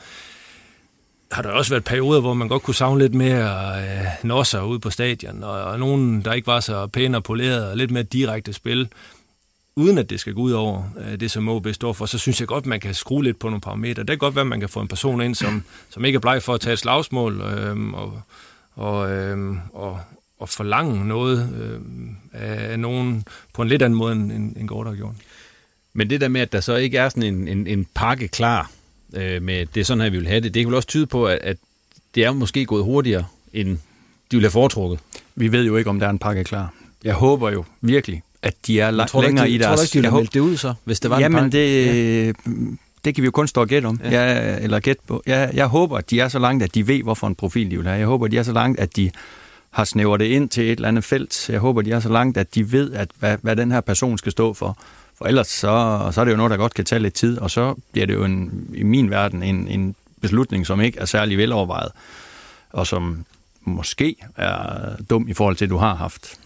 har der også været perioder, hvor man godt kunne savne lidt mere øh, nosser ude på stadion, og, og nogen, der ikke var så pæne og polerede, og lidt mere direkte spil, uden at det skal gå ud over øh, det, som O B står for, så synes jeg godt, man kan skrue lidt på nogle parametre. Det kan godt være, at man kan få en person ind, som, som ikke er bleg for at tage et slagsmål, øh, og, og, øh, og, og forlange noget øh, af nogen på en lidt anden måde, end, end Gorte har gjort. Men det der med, at der så ikke er sådan en, en, en pakke klar, med det er sådan her, vi vil have det. Det kan vel også tyde på, at, at det er måske gået hurtigere, end de ville have foretrukket. Vi ved jo ikke, om der er en pakke klar. Jeg håber jo virkelig, at de er la- længere ikke, i deres... Tror du ikke, de ville have meldt det ud så, hvis der var Jamen, en pakke? det, ja. det kan vi jo kun stå og gætte om. Ja. Jeg, eller gætte på. Jeg, jeg håber, at de er så langt, at de ved, hvorfor en profil de vil have. Jeg håber, at de er så langt, at de har snævret det ind til et eller andet felt. Jeg håber, at de er så langt, at de ved, at hvad, hvad den her person skal stå for. For ellers så, så er det jo noget, der godt kan tage lidt tid, og så bliver det jo en, i min verden en, en beslutning, som ikke er særlig velovervejet, og som måske er dum i forhold til, at du har haft.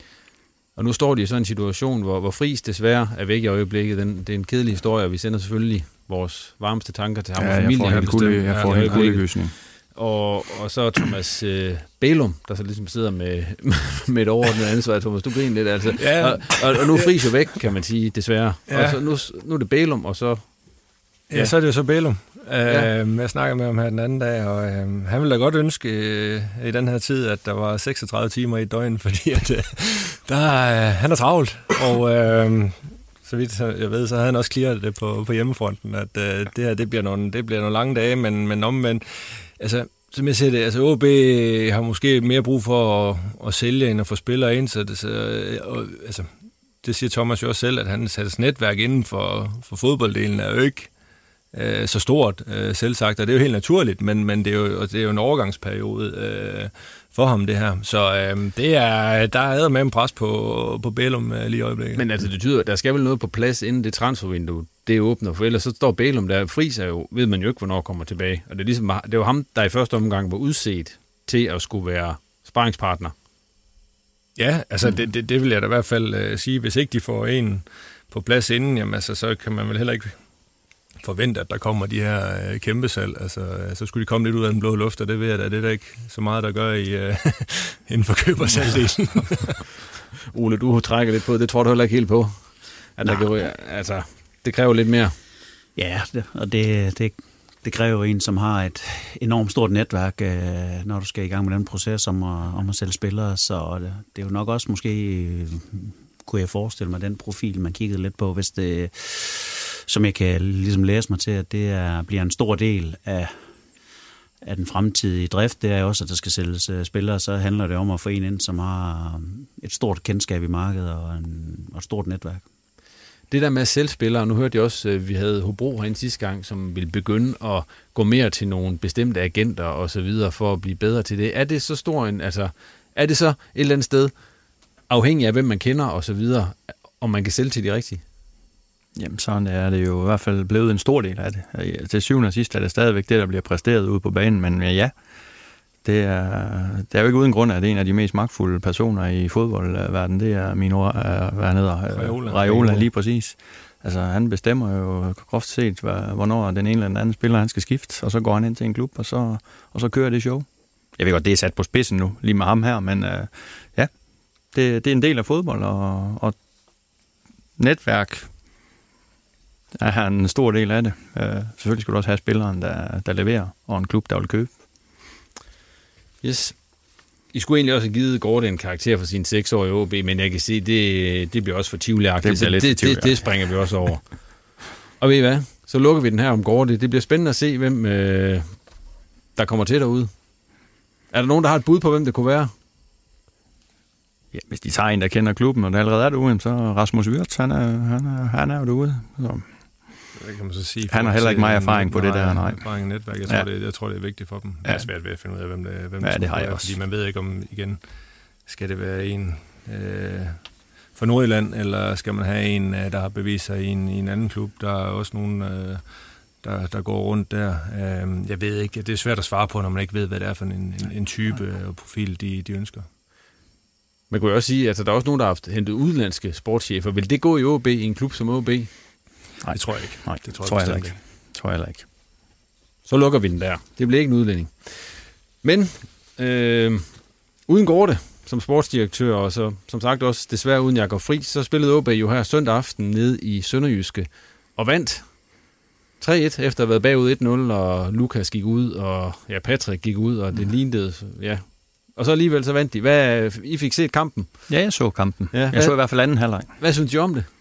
Og nu står de i sådan en situation, hvor, hvor Friis desværre er væk i øjeblikket. Den, det er en kedelig historie, og vi sender selvfølgelig vores varmeste tanker til ham ja, og familien. Jeg får en jeg får en kuldegysning. Og, og så Thomas øh, Bælum, der så ligesom sidder med, med et overordnet ansvar. Thomas, du griner lidt, altså. Ja. Og, og, og nu er Friis jo væk, kan man sige, desværre. Ja. Og så, nu, nu er det Bælum, og så... Ja, ja så er det jo så Bælum. Ja. Øh, jeg snakker med ham her den anden dag, og øh, han ville da godt ønske øh, i den her tid, at der var seksogtredive timer i et døgn, fordi at, øh, der, øh, han er travlt, og... Øh, så vidt jeg ved, så havde han også clearet det på, på hjemmefronten, at øh, det her, det bliver nogle, det bliver nogle lange dage, men, men omvendt, altså, som jeg siger det, altså O B har måske mere brug for at, at sælge, end at få spillere ind, så det, så, og, altså, det siger Thomas jo også selv, at hans netværk inden for, for fodbolddelen er jo ikke øh, så stort, øh, selvsagt, og det er jo helt naturligt, men, men det, er jo, det er jo en overgangsperiode øh, for ham, det her. Så øh, det er, der er med en pres på, på Bælum øh, lige i øjeblikket. Men altså, det tyder, at der skal vel noget på plads, inden det transfervindue, det åbner, for ellers så står Bælum der. Friis er jo, ved man jo ikke, hvornår kommer tilbage. Og det er ligesom, det var ham, der i første omgang var udset til at skulle være sparringspartner. Ja, altså mm. det, det, det vil jeg da i hvert fald øh, sige. Hvis ikke de får en på plads inden, jamen altså, så kan man vel heller ikke forvente, at der kommer de her øh, kæmpe salg. Altså, øh, så skulle de komme lidt ud af den blå luft, og det ved jeg da, det er der ikke så meget, der gør i, øh, inden for købersalgdelen. Ole, du trækker lidt på, det tror du heller ikke helt på. At der kan, altså, det kræver lidt mere. Ja, det, og det, det, det kræver en, som har et enormt stort netværk, øh, når du skal i gang med den proces om at, om at sælge spillere. Så det, det er jo nok også måske, kunne jeg forestille mig, den profil, man kiggede lidt på, hvis det, som jeg kan ligesom læse mig til, at det er, bliver en stor del af, af den fremtidige drift, det er også, at der skal sælges spillere, så handler det om at få en ind, som har et stort kendskab i markedet og, en, og et stort netværk. Det der med selvspillere, nu hørte jeg også, at vi havde Hobro herinde sidste gang, som ville begynde at gå mere til nogle bestemte agenter og så videre, for at blive bedre til det. Er det så stor en, altså, er det så et eller andet sted, afhængig af hvem man kender og så videre, om man kan sælge til de rigtige? Jamen sådan er det jo i hvert fald blevet en stor del af det. Til syvende og sidst er det stadigvæk det, der bliver præsteret ude på banen, men ja, Det er, det er jo ikke uden grund, at en af de mest magtfulde personer i fodboldverdenen, det er Mino, hvad han hedder? Raiola. Raiola, lige præcis. Altså, han bestemmer jo groft set, hvornår den ene eller den anden spiller, han skal skifte, og så går han ind til en klub, og så, og så kører det show. Jeg ved godt, det er sat på spidsen nu, lige med ham her, men øh, ja, det, det er en del af fodbold, og, og netværk er en stor del af det. Øh, selvfølgelig skal du også have spilleren, der, der leverer, og en klub, der vil købe. Yes. I skulle egentlig også have givet Gorte en karakter for sine seks år i O B, men jeg kan se, det, det bliver også for tvivlagtigt. Det, det, det, det springer vi også over. Og ved I hvad? Så lukker vi den her om Gorte. Det bliver spændende at se, hvem øh, der kommer til derude. Er der nogen, der har et bud på, hvem det kunne være? Ja, hvis de tager en, der kender klubben, og der allerede er derude, så Rasmus Wirtz, han er, han er, han er jo derude. Så. Det kan man så sige. Han har heller ikke meget erfaring på det der, nej. Erfaring i netværk, jeg tror, ja. det, jeg tror, det er vigtigt for dem. Ja. Det er svært ved at finde ud af, hvem det, hvem ja, det, det har jeg være, også. Fordi man ved ikke, om igen, skal det være en øh, fra Nordjylland, eller skal man have en, der har bevist sig i en, i en anden klub. Der er også nogen, øh, der, der går rundt der. Øh, jeg ved ikke, det er svært at svare på, når man ikke ved, hvad det er for en, en, en type og profil, de, de ønsker. Man kunne jo også sige, at altså, der er også nogen, der har haft hentet udenlandske sportschefer. Vil det gå i O B, i en klub som O B? Nej, det tror jeg ikke. Nej, det tror, tror jeg, jeg ikke. Tror jeg ikke. Så lukker vi den der. Det bliver ikke en udlænding. Men øh, uden Gorte som sportsdirektør, og så som sagt også desværre uden Jakob Friis, så spillede O B jo her søndag aften ned i Sønderjyske og vandt tre et efter at have været bagud et nul, og Lukas gik ud, og ja, Patrick gik ud, og det mm. lignede, ja. Og så alligevel så vandt de. Hvad, I fik set kampen? Ja, jeg så kampen. Ja, jeg hvad, så i hvert fald anden halvleg. Hvad synes I om det?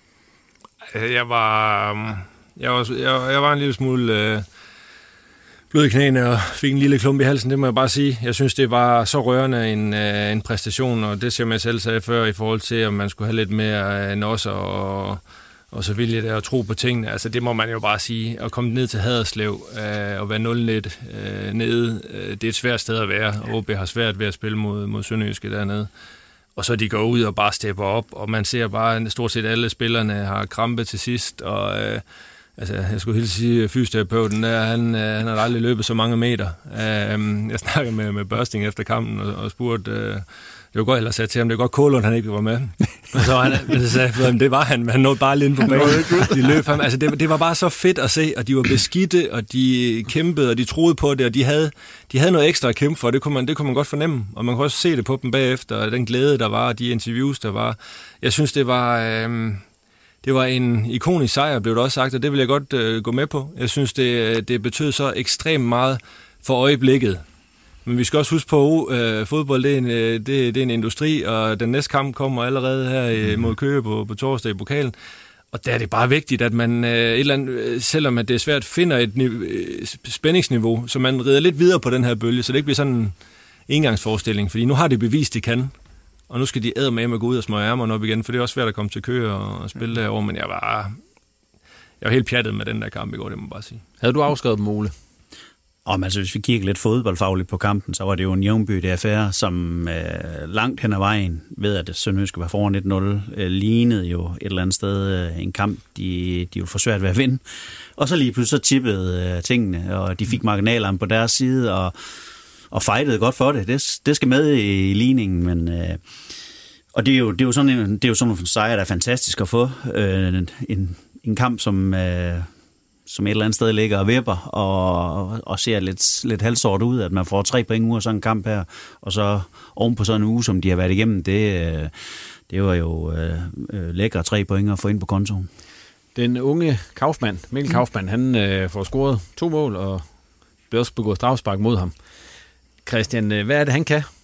Jeg var, jeg var, jeg, jeg var en lille smule øh, blød i knæene og fik en lille klump i halsen, det må jeg bare sige. Jeg synes, det var så rørende en, øh, en præstation, og det som jeg selv sagde før, i forhold til, om man skulle have lidt mere end os og, og så vilje der og tro på tingene. Altså, det må man jo bare sige. At komme ned til Haderslev øh, og være nul-net øh, nede, øh, det er et svært sted at være. O B har svært ved at spille mod, mod Sønderjyske dernede. Og så de går ud og bare stepper op, og man ser bare, at stort set alle spillerne har krampe til sidst, og øh, altså, jeg skulle helt sige, fysioterapeuten der, han, øh, han har aldrig løbet så mange meter. Øh, jeg snakkede med, med Børsting efter kampen, og, og spurgte, øh, det var godt, jeg sagde til ham, det er godt Kålund, han ikke var med. Og så han, så sagde jeg, det var han, han nåede bare lige ind på banen. De løb ham. Altså, det, det var bare så fedt at se, og de var beskidte, og de kæmpede, og de troede på det, og de havde, de havde noget ekstra at kæmpe for, det kunne, man, det kunne man godt fornemme, og man kunne også se det på dem bagefter, og den glæde, der var, og de interviews, der var. Jeg synes, det var, øh, det var en ikonisk sejr, blev det også sagt, og det vil jeg godt øh, gå med på. Jeg synes, det, det betød så ekstremt meget for øjeblikket. Men vi skal også huske på, at øh, fodbold det er, en, øh, det, det er en industri, og den næste kamp kommer allerede her øh, mod Køge på, på torsdag i pokalen. Og der er det bare vigtigt, at man, øh, et eller andet, selvom at det er svært, finder et øh, spændingsniveau, så man rider lidt videre på den her bølge, så det ikke bliver sådan en engangsforestilling. Fordi nu har de bevist, de kan, og nu skal de æde med at gå ud og smøre ærmerne op igen, for det er også svært at komme til Køge og, og spille derovre, men jeg var, jeg var helt pjattet med den der kamp i går, det må man bare sige. Havde du afskrevet dem, Ole? Om, altså, hvis vi kigger lidt fodboldfagligt på kampen, så var det jo en jævnbyrdig affære, som øh, langt hen ad vejen, ved at Sønderjyske var foran et nul, øh, lignede jo et eller andet sted øh, en kamp, de, de jo for svært ved at vinde. Og så lige pludselig så tippede øh, tingene, og de fik marginalerne på deres side, og, og fightede godt for det. Det, det skal med i, i ligningen, men... Øh, og det er, jo, det, er jo sådan en, det er jo sådan en sejr, der er fantastisk at få. Øh, en, en kamp, som... Øh, som et eller andet sted ligger og vipper, og, og ser lidt, lidt halvsort ud, at man får tre point ud af sådan en kamp her, og så oven på sådan en uge, som de har været igennem, det, det var jo øh, lækre tre point at få ind på kontoen. Den unge Kaufmann, Mikkel Kaufmann, han øh, får scoret to mål, og bliver også begået strafspark mod ham. Christian, hvad er det, han kan?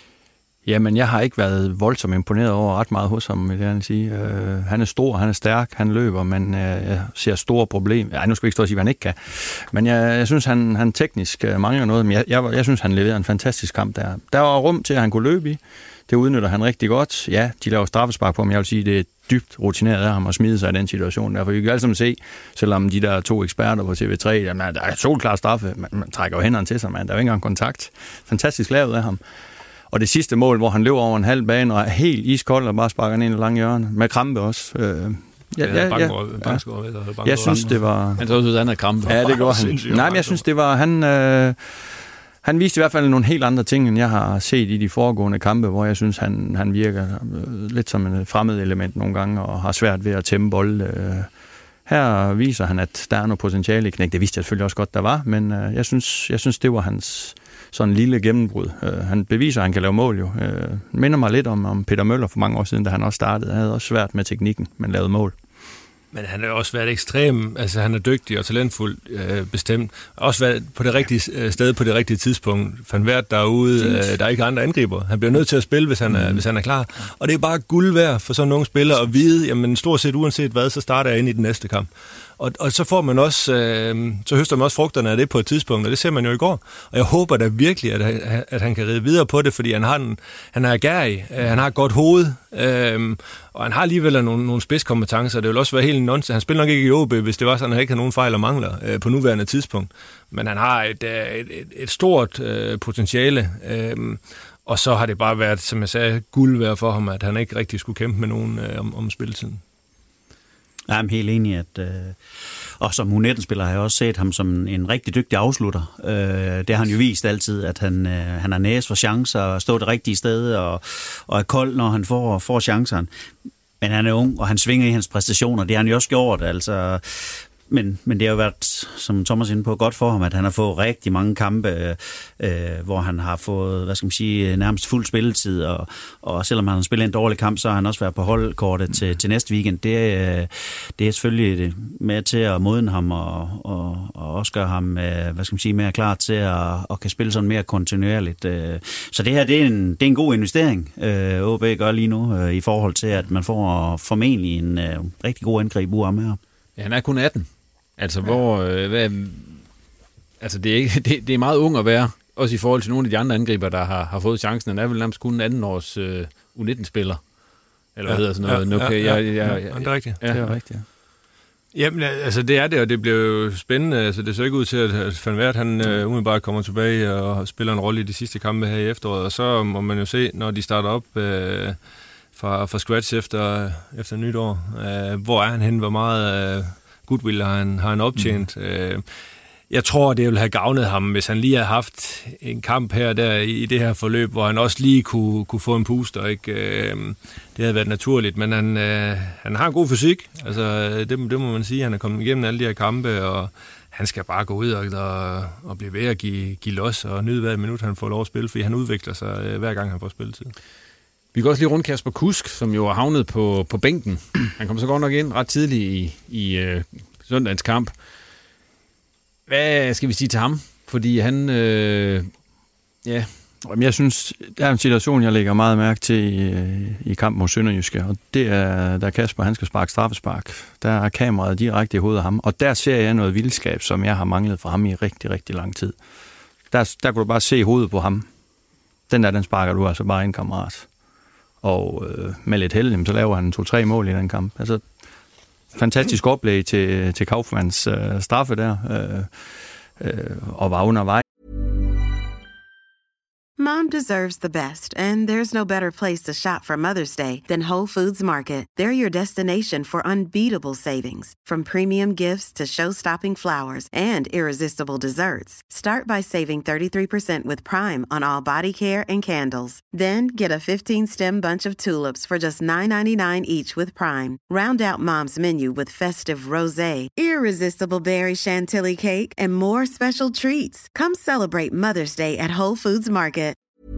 Jamen, jeg har ikke været voldsomt imponeret over ret meget hos ham, vil jeg gerne sige. Uh, han er stor, han er stærk, han løber, men uh, jeg ser store problemer. Ej, nu skal vi ikke stå og sige, hvad han ikke kan. Men jeg, jeg synes, han, han teknisk uh, mangler noget, men jeg, jeg, jeg synes, han leverede en fantastisk kamp der. Der var rum til, at han kunne løbe i. Det udnytter han rigtig godt. Ja, de laver straffespark på, men jeg vil sige, det er dybt rutineret af ham at smide sig i den situation. Derfor vi kan alle sammen se, selvom de der to eksperter på T V tre, jamen, der er solklar straffe, man, man trækker jo hænderne til sig, man. Der er jo ikke engang kontakt. Fantastisk lavet af ham. Og det sidste mål, hvor han løber over en halv bane og er helt iskold og bare sparker ind i lange hjørne. Med krampe også. Øh, ja, ja, ja, ja. Jeg synes, det var... Han så ud, at han havde krampe. Ja, det går han. Nej, men jeg synes, det var... Han, øh, han viste i hvert fald nogle helt andre ting, end jeg har set i de foregående kampe, hvor jeg synes, han, han virker lidt som en fremmed element nogle gange, og har svært ved at tæmme bolde. Her viser han, at der er noget potentiale i knæk. Det vidste jeg selvfølgelig også godt, der var, men jeg synes, jeg synes det var hans sådan lille gennembrud. Han beviser, at han kan lave mål jo. Minder mig lidt om, om Peter Møller for mange år siden, da han også startede. Han havde også svært med teknikken, men lavede mål. Men han har også været ekstrem, altså han er dygtig og talentfuld, øh, bestemt. Også været på det rigtige sted på det rigtige tidspunkt. Van Wert derude, øh, der er ikke andre angriber. Han bliver nødt til at spille, hvis han er, mm. hvis han er klar. Og det er bare guld værd for sådan nogle spillere at vide, jamen stort set uanset hvad, så starter jeg ind i den næste kamp. Og, og så får man også, øh, så høster man også frugterne af det på et tidspunkt, og det ser man jo i går. Og jeg håber da virkelig, at, at han kan ride videre på det, fordi han, har en, han er agerig, øh, han har et godt hoved, øh, og han har alligevel nogle, nogle spidskompetencer. Det vil også være helt nonsens. Han spiller nok ikke i O B, hvis det var sådan, at han ikke har nogen fejl og mangler øh, på nuværende tidspunkt. Men han har et, et, et, et stort øh, potentiale, øh, og så har det bare været, som jeg sagde, guld værd for ham, at han ikke rigtig skulle kæmpe med nogen øh, om, om spilletiden. Jeg er helt enig, at øh, og som U nitten-spiller har jeg også set ham som en rigtig dygtig afslutter. Øh, det har han jo vist altid, at han, øh, han har næse for chancer og står det rigtige sted og, og er kold, når han får, får chancerne. Men han er ung, og han svinger i hans præstationer. Det har han jo også gjort, altså. Men, men det har jo været, som Thomas er inde på, godt for ham, at han har fået rigtig mange kampe, øh, hvor han har fået, hvad skal man sige, nærmest fuld spilletid, og, og selvom han har spillet en dårlig kamp, så har han også været på holdkortet til, til næste weekend. Det, øh, det er selvfølgelig med til at modne ham, og, og, og også gøre ham, øh, hvad skal man sige, mere klar til at og kan spille sådan mere kontinuerligt. Øh. Så det her, det er en, det er en god investering, øh, O B gør lige nu, øh, i forhold til, at man får formentlig en øh, rigtig god angreb ud af ham her. Ja, han er kun atten. Altså, hvor, øh, hvad, altså det, er ikke, det, det er meget ung at være, også i forhold til nogle af de andre angriber, der har, har fået chancen. Han er vel nærmest kun en anden års øh, U nitten-spiller. Eller hvad ja, hedder sådan noget? Ja, okay, ja, jeg, ja, jeg, ja, ja, det er rigtigt. Ja, det er rigtigt, ja. Jamen, altså det er det, og det bliver jo spændende. Altså, det ser ikke ud til, at Van Wert, han øh, umiddelbart kommer tilbage og spiller en rolle i de sidste kampe her i efteråret. Og så må man jo se, når de starter op øh, fra, fra scratch efter, efter nytår, øh, hvor er han henne, hvor meget... Øh, goodwill har han, har han optjent. Mm. Jeg tror, det ville have gavnet ham, hvis han lige havde haft en kamp her der i, i det her forløb, hvor han også lige kunne, kunne få en puster. Ikke? Det havde været naturligt, men han, han har en god fysik. Altså, det, det må man sige. Han er kommet igennem alle de her kampe, og han skal bare gå ud og, og, og blive ved at give, give los og nyde hver minut, han får lov at spille, fordi han udvikler sig hver gang, han får spilletid. Vi går også lige rundt Kasper Kusk, som jo er havnet på, på bænken. Han kom så godt nok ind ret tidligt i, i øh, søndagens kamp. Hvad skal vi sige til ham? Fordi han... Øh, ja... Jeg synes, der er en situation, jeg lægger meget mærke til i, i kampen mod Sønderjyske, og det er, der Kasper, han skal sparke straffespark. Der er kameraet direkte i hovedet af ham, og der ser jeg noget vildskab, som jeg har manglet fra ham i rigtig, rigtig lang tid. Der, der kunne du bare se hovedet på ham. Den der, den sparker du altså bare en kammerat. Og øh, med lidt held, så laver han to-tre mål i den kamp. Altså, fantastisk oplæg til, til Kaufmanns øh, straffe der, øh, øh, og var undervejs. Mom deserves the best, and there's no better place to shop for Mother's Day than Whole Foods Market. They're your destination for unbeatable savings, from premium gifts to show-stopping flowers and irresistible desserts. Start by saving thirty-three percent with Prime on all body care and candles. Then get a fifteen-stem bunch of tulips for just nine ninety-nine each with Prime. Round out Mom's menu with festive rosé, irresistible berry chantilly cake, and more special treats. Come celebrate Mother's Day at Whole Foods Market.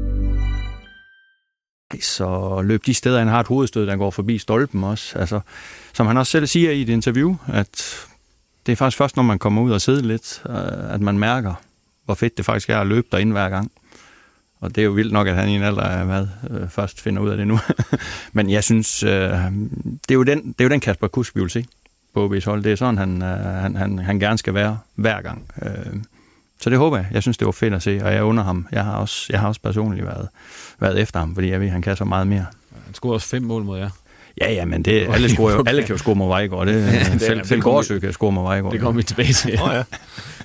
Så løb de steder, han har et hovedstød, der går forbi stolpen også. Altså, som han også selv siger i et interview, at det er faktisk først, når man kommer ud og sidder lidt, at man mærker, hvor fedt det faktisk er at løbe derinde hver gang. Og det er jo vildt nok, at han i en alder af hvad, først finder ud af det nu. Men jeg synes, det er jo den, det er jo den Kasper Kusk, vi vil se på O B's hold. Det er sådan, han, han, han, han gerne skal være hver gang. Så det håber jeg. Jeg synes, det var fedt at se, og jeg under ham. Jeg har også, jeg har også personligt været, været efter ham, fordi jeg ved, han kan så meget mere. Han scorede også fem mål mod jer. Ja, ja, men det, alle, scorer jo, alle kan jo score mod Vejgaard. Det, ja, det, selv det selv Gårdsø kan score mod Vejgaard. Det kommer vi tilbage til. Åh oh, ja.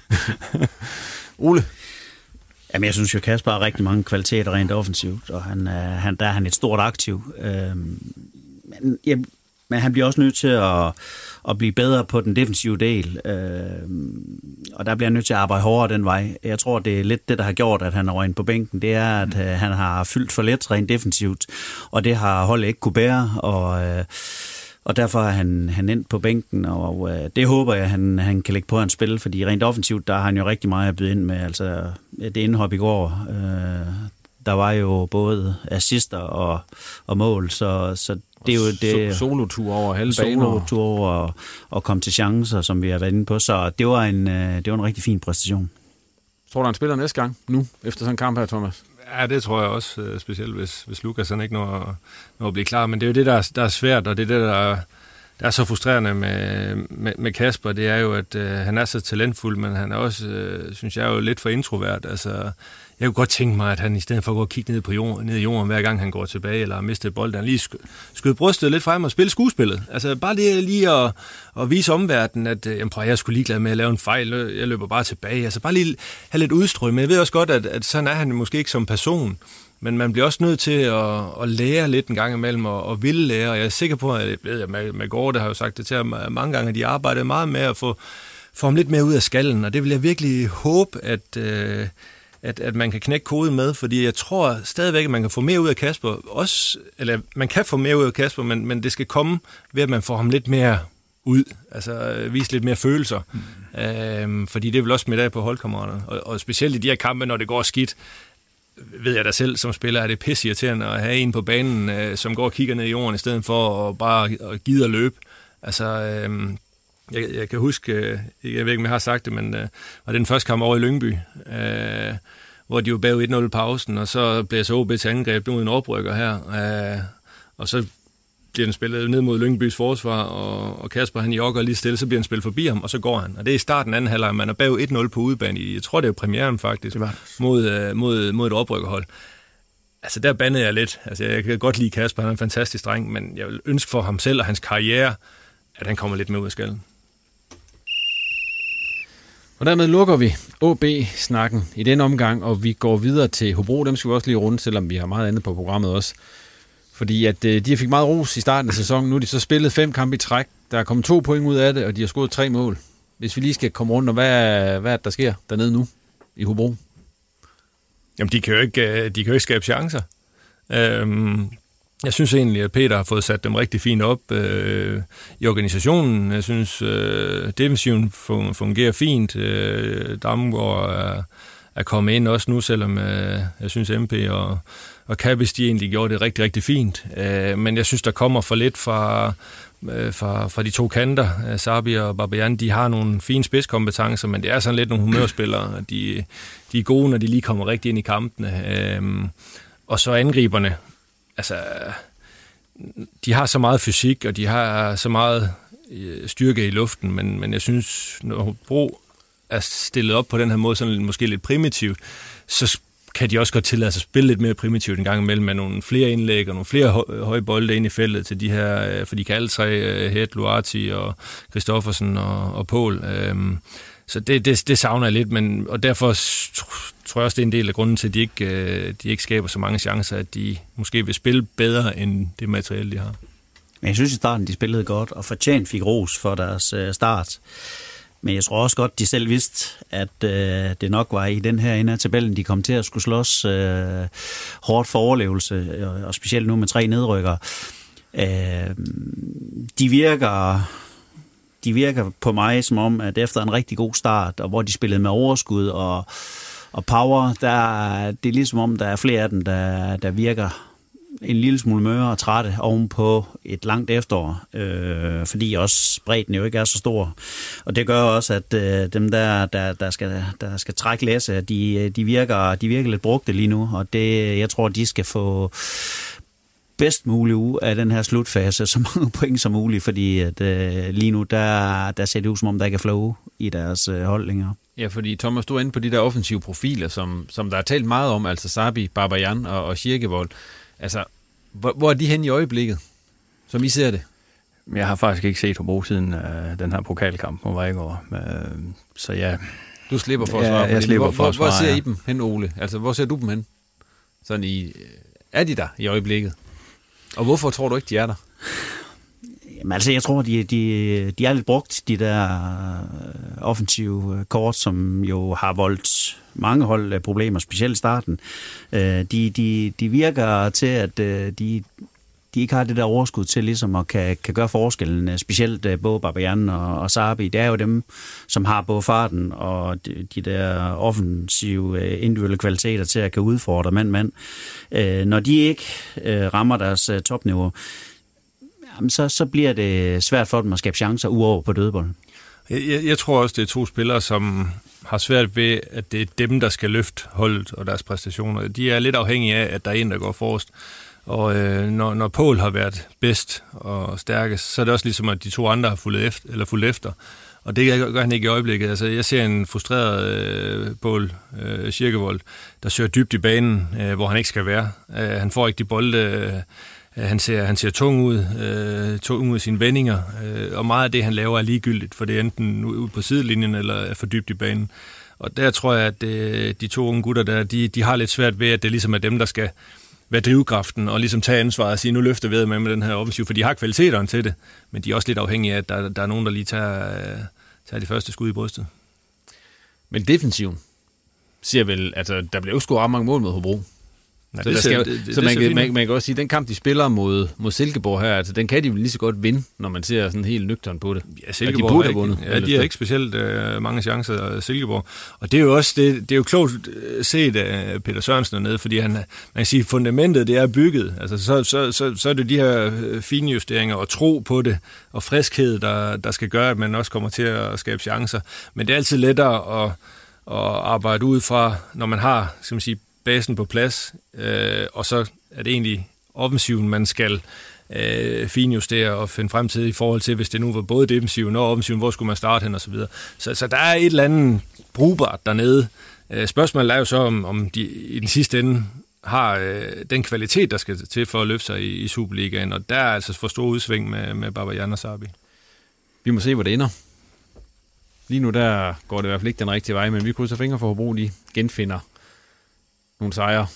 Ole? Jamen, jeg synes jo, Kasper har rigtig mange kvaliteter rent offensivt, og han, han, der er han et stort aktiv. Øhm, men jeg, Men han bliver også nødt til at, at blive bedre på den defensive del, øh, og der bliver han nødt til at arbejde hårdere den vej. Jeg tror, det er lidt det, der har gjort, at han er røgnet på bænken. Det er, at øh, han har fyldt for let rent defensivt, og det har holdet ikke kunne bære, og, øh, og derfor er han, han endt på bænken, og øh, det håber jeg, han, han kan lægge på hans spil, fordi rent offensivt, der har han jo rigtig meget at byde ind med. Altså, det indhop i går, øh, der var jo både assister og, og mål, så, så det er jo det. Solotur over halve banen. Solotur over og, og komme til chancer, som vi har været inde på. Så det var en, det var en rigtig fin præstation. Tror du, han spiller næste gang nu, efter sådan en kamp her, Thomas? Ja, det tror jeg også, specielt hvis, hvis Lukas han ikke når, når at blive klar. Men det er jo det, der er, der er svært, og det er det, der er, der er så frustrerende med, med, med Kasper. Det er jo, at øh, han er så talentfuld, men han er også, øh, synes jeg, jo lidt for introvert. Altså, jeg kunne godt tænke mig, at han i stedet for at gå og kigge ned, på jorden, ned i jorden, hver gang han går tilbage, eller har mistet bold, han lige sk- skød brystet lidt frem og spille skuespillet. Altså bare det lige at, at vise omverdenen, at jamen, prøv, jeg er sgu ligeglad med at lave en fejl, jeg løber bare tilbage. Altså bare lige have lidt udstrøm. Men jeg ved også godt, at, at sådan er han måske ikke som person, men man bliver også nødt til at, at lære lidt en gang imellem, og, og ville lære. Og jeg er sikker på, at jeg ved, at Magård har jo sagt det til ham mange gange, at de arbejder meget med at få, få ham lidt mere ud af skallen, og det vil jeg virkelig håbe, at... Øh, At, at man kan knække koden med, fordi jeg tror stadigvæk, at man kan få mere ud af Kasper. Også, eller man kan få mere ud af Kasper, men, men det skal komme ved, at man får ham lidt mere ud. Altså vise lidt mere følelser. Mm. Øhm, fordi det er vel også med af på holdkammeraterne. Og, og specielt i de her kampe, når det går skidt, ved jeg da selv som spiller, er det pisseirriterende at have en på banen, øh, som går og kigger ned i jorden, i stedet for at bare at gide at løbe. Altså... Øhm, Jeg, jeg kan huske, jeg ved ikke, om jeg har sagt det, men øh, var det den første kamp over i Lyngby, øh, hvor de jo bagud et nul i pausen, og så blev så O B til angreb mod en oprykker her, øh, og så bliver den spillet ned mod Lyngbys forsvar, og, og Kasper han jogger lige stille, så bliver han spillet forbi ham, og så går han. Og det er i starten anden halvleg, man er bagud et nul på udebane, jeg tror det er premieren faktisk, mod, øh, mod, mod et oprykkerhold. Altså der bandede jeg lidt. Altså jeg kan godt lide Kasper, han er en fantastisk dreng, men jeg vil ønske for ham selv og hans karriere, at han kommer lidt med ud af skallen. Og dermed lukker vi O B-snakken i den omgang, og vi går videre til Hobro. Dem skal vi også lige runde, selvom vi har meget andet på programmet også. Fordi at øh, de fik meget ros i starten af sæsonen. Nu er de så spillet fem kampe i træk. Der er kommet to point ud af det, og de har scoret tre mål. Hvis vi lige skal komme rundt, og hvad, hvad er det, der sker dernede nu i Hobro? Jamen, de kan jo ikke, de kan jo ikke skabe chancer. Øhm Jeg synes egentlig, at Peter har fået sat dem rigtig fint op øh, i organisationen. Jeg synes, øh, defensiven fungerer fint. Øh, Damgaard er, er kommet ind også nu, selvom øh, jeg synes, M P og, og Kabis, de egentlig gjorde det rigtig, rigtig fint. Øh, men jeg synes, der kommer for lidt fra, øh, fra, fra de to kanter. Øh, Sabi og Babayan, de har nogle fine spidskompetencer, men det er sådan lidt nogle humørspillere. De, de er gode, når de lige kommer rigtig ind i kampene. Øh, og så angriberne. Altså, de har så meget fysik, og de har så meget styrke i luften, men, men jeg synes, når Hobro er stillet op på den her måde, sådan måske lidt primitivt, så kan de også godt tillade sig at spille lidt mere primitivt en gang imellem, med nogle flere indlæg og nogle flere hø- høje bolde ind i feltet til de her, for de kan alle tre, Hed, Luati og Christoffersen og, og Poul. Øhm, så det, det, det savner jeg lidt, men, og derfor tror jeg også, det er en del af grunden til, at de ikke, de ikke skaber så mange chancer, at de måske vil spille bedre end det materiale, de har. Men jeg synes i starten, de spillede godt, og fortjent fik ros for deres start. Men jeg tror også godt, de selv vidste, at øh, det nok var i den her ende af tabellen, de kom til at skulle slås øh, hårdt for overlevelse, og specielt nu med tre nedrykkere. Øh, de virker... De virker på mig som om, at efter en rigtig god start, og hvor de spillede med overskud og, og power, der, det er ligesom om, der er flere af dem, der, der virker en lille smule møre og trætte ovenpå et langt efterår, øh, fordi også bredden jo ikke er så stor. Og det gør også, at øh, dem, der, der, der, skal, der skal trække læse, de, de, virker, de virker lidt brugte lige nu, og det, jeg tror, de skal få bedst muligt ud af den her slutfase, så mange point som muligt, fordi at, øh, lige nu, der, der ser det ud som om, der ikke er flow i deres øh, hold længere. Ja, fordi Thomas, du er inde på de der offensive profiler, som, som der er talt meget om, altså Sabi, Babayan og, og Kirkevold. Altså, hvor, hvor er de hen i øjeblikket, som I ser det? Jeg har faktisk ikke set Hobro siden øh, den her pokalkamp mod Vejgaard, øh, så ja... Du slipper for at svare ja, på jeg slipper hvor, for at svare, hvor ser ja. I dem hen, Ole? Altså, hvor ser du dem hen? Sådan i... Er de der i øjeblikket? Og hvorfor tror du ikke, de er der? Jamen, altså, jeg tror, de, de, de er lidt brugt, de der offensive kort, som jo har voldt mange hold problemer, specielt i starten. De, de, de virker til, at de, de ikke har det der overskud til ligesom at kan, kan gøre forskellen, specielt både Babayan og, og Sarbi. Det er jo dem, som har både farten og de, de der offensive individuelle kvaliteter til at kan udfordre mand-mand. Når de ikke rammer deres topniveau, Så, så bliver det svært for dem at skabe chancer uover på dødbolden. Jeg, jeg tror også, det er to spillere, som har svært ved, at det er dem, der skal løfte holdet og deres præstationer. De er lidt afhængige af, at der er en, der går forrest. Og øh, når, når Poul har været bedst og stærkest, så er det også ligesom, at de to andre har fulgt efter. Eller fulgt efter. Og det gør han ikke i øjeblikket. Altså, jeg ser en frustreret øh, Poul øh, Kirkevold, der søger dybt i banen, øh, hvor han ikke skal være. Øh, han får ikke de bolde... Øh, Han ser, han ser tung ud, øh, tung ud i sine vendinger, øh, og meget af det, han laver, er ligegyldigt, for det er enten ude på sidelinjen eller er for dybt i banen. Og der tror jeg, at øh, de to unge gutter der, de, de har lidt svært ved, at det ligesom er dem, der skal være drivkraften og ligesom tage ansvaret og sige, nu løfter vi med med den her offensiv, for de har kvaliteterne til det, men de er også lidt afhængige af, at der, der er nogen, der lige tager, øh, tager de første skud i brystet. Men defensiven siger vel, altså der bliver jo sgu ret mange mål mod Hobro. Nej, så, det, skal, det, det, så man, kan, man, man kan også sige, at den kamp, de spiller mod, mod Silkeborg her, altså, den kan de jo lige så godt vinde, når man ser sådan helt nøgtern på det. Ja, Silkeborg de burde have vundet. Ja, de har ikke specielt uh, mange chancer af Silkeborg. Og det er jo også det, det er jo klogt set af Peter Sørensen dernede, fordi han, man kan sige, fundamentet det er bygget. Altså, så, så, så, så er det de her fine justeringer og tro på det, og friskhed, der, der skal gøre, at man også kommer til at skabe chancer. Men det er altid lettere at, at arbejde ud fra, når man har, skal man sige, basen på plads, øh, og så er det egentlig offensiven, man skal øh, finjustere og finde frem til i forhold til, hvis det nu var både defensiven og offensiven, hvor skulle man starte hen og så videre. Så, så der er et eller andet brugbart dernede. Øh, spørgsmålet er jo så, om, om de i den sidste ende har øh, den kvalitet, der skal til for at løfte sig i, i Superligaen, og der er altså for stor udsving med, med Babayan og Sarbi. Vi må se, hvor det ender. Lige nu der går det i hvert fald ikke den rigtige vej, men vi krydser fingre for Hobro, de genfinder nogle sejre.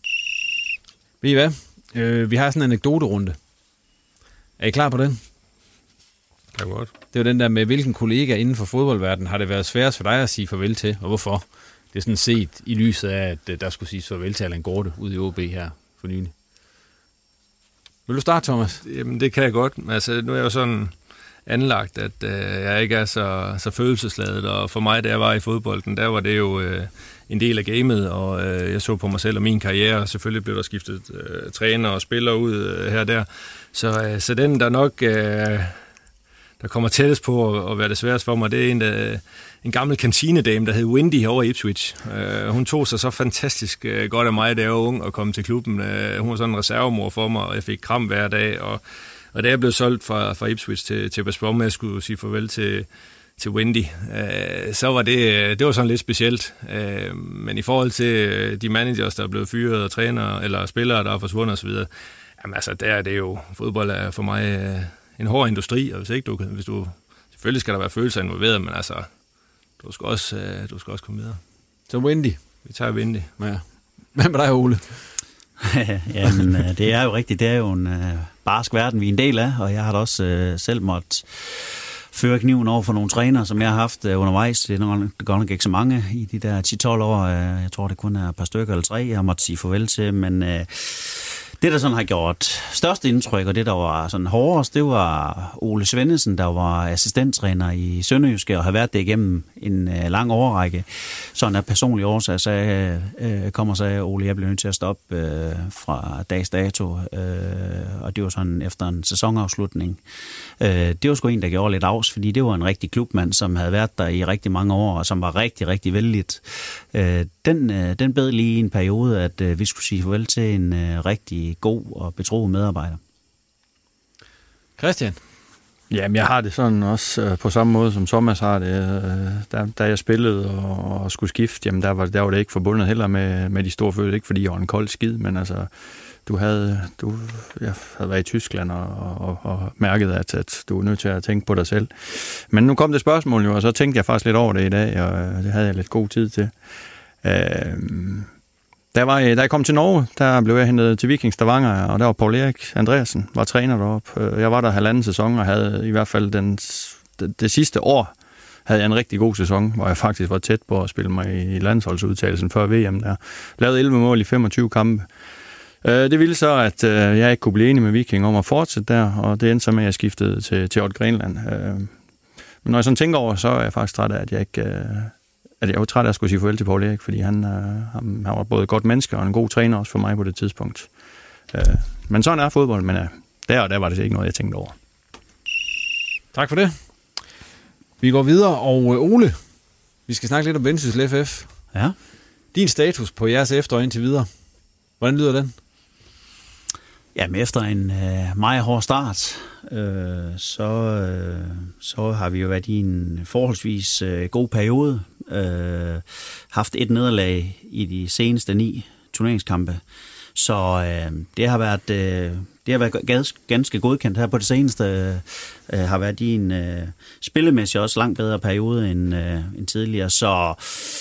Ved I hvad? Øh, vi har sådan en anekdoterunde. Er I klar på den? Ja, godt. Det er jo den der med, hvilken kollega inden for fodboldverdenen har det været sværest for dig at sige farvel til, og hvorfor? Det er sådan set i lyset af, at der skulle siges farvel til Allan Gorte ude i O B her for nylig. Vil du starte, Thomas? Jamen, det kan jeg godt. Altså, nu er jeg jo sådan anlagt, at øh, jeg ikke er så, så følelsesladet, og for mig, da jeg var i fodbolden, der var det jo øh, en del af gamet, og øh, jeg så på mig selv og min karriere, og selvfølgelig blev der skiftet øh, træner og spillere ud øh, her og der. Så, øh, så den, der nok øh, der kommer tættest på at, at være det sværeste for mig, det er en, der, en gammel kantinedame, der hed Wendy over i Ipswich. Øh, hun tog sig så fantastisk øh, godt af mig, da jeg var ung og kom til klubben. Øh, hun var sådan en reservemor for mig, og jeg fik kram hver dag, og Og da jeg blev solgt fra, fra Ipswich til, til West Brom, jeg skulle sige farvel til, til Wendy, øh, så var det, det var sådan lidt specielt. Øh, men i forhold til de managers, der er blevet fyret, og trænere eller spillere, der er forsvundet osv., jamen altså, der er det jo, fodbold er for mig øh, en hård industri, og hvis ikke du, hvis du, selvfølgelig skal der være følelser involveret, men altså, du skal også, øh, du skal også komme videre. Så Wendy? Vi tager Wendy. Ja. Hvad med dig, Ole? Jamen, det er jo rigtigt. Det er jo en uh, barsk verden, vi er en del af, og jeg har da også uh, selv måttet føre kniven over for nogle trænere, som jeg har haft uh, undervejs. Det er godt nok ikke så mange i de der ti tolv år. Uh, jeg tror, det kun er et par stykker eller tre, jeg har måttet sige farvel til, men uh, det, der sådan har gjort største indtryk, og det, der var sådan hårdest, det var Ole Svendesen, der var assistenttræner i Sønderjyske, og har været det igennem en uh, lang årrække. Sådan af personlig årsag, så uh, kommer så Ole, jeg blev nødt til at stoppe uh, fra dags dato, uh, og det var sådan efter en sæsonafslutning. Uh, det var sgu en, der gjorde lidt afs, fordi det var en rigtig klubmand, som havde været der i rigtig mange år, og som var rigtig, rigtig vældigt. Uh, den, uh, den bed lige i en periode, at uh, vi skulle sige farvel til en uh, rigtig god og betroet medarbejder. Christian? Jamen, jeg har det sådan også øh, på samme måde, som Thomas har det. Øh, da, da jeg spillede og, og skulle skifte, jamen, der var, der var det ikke forbundet heller med, med de store følelser. Ikke fordi jeg var en kold skid, men altså, du havde, du, jeg havde været i Tyskland og, og, og mærket, at, at du var nødt til at tænke på dig selv. Men nu kom det spørgsmål jo, og så tænkte jeg faktisk lidt over det i dag, og det havde jeg lidt god tid til. Øh, Da jeg, var, da jeg kom til Norge, der blev jeg hentet til Viking Stavanger, og der var Poul Erik Andreasen, var træner deroppe. Jeg var der halvanden sæson, og havde i hvert fald den, det, det sidste år, havde jeg en rigtig god sæson, hvor jeg faktisk var tæt på at spille mig i landsholdsudtagelsen før V M der. Lavede elleve mål i femogtyve kampe. Det ville så, at jeg ikke kunne blive enig med Viking om at fortsætte der, og det endte så med, at jeg skiftede til, til Odd Grenland. Men når jeg sådan tænker over, så er jeg faktisk træt af, at jeg ikke... at jeg var træt af at skulle sige farvel til Poul Erik, fordi han, han, han var både et godt menneske og en god træner også for mig på det tidspunkt. Men sådan er fodbold, men der og der var det ikke noget, jeg tænkte over. Tak for det. Vi går videre, og Ole, vi skal snakke lidt om Vendsyssel F F. Ja. Din status på jeres efterår indtil videre. Hvordan lyder den? Jamen efter en øh, meget hård start, øh, så, øh, så har vi jo været i en forholdsvis øh, god periode. Øh, haft et nederlag i de seneste ni turneringskampe. Så øh, det har været øh, det har været ganske, ganske godkendt her på det seneste. Øh, har været i en øh, spillemæssigt også langt bedre periode end, øh, end tidligere. Så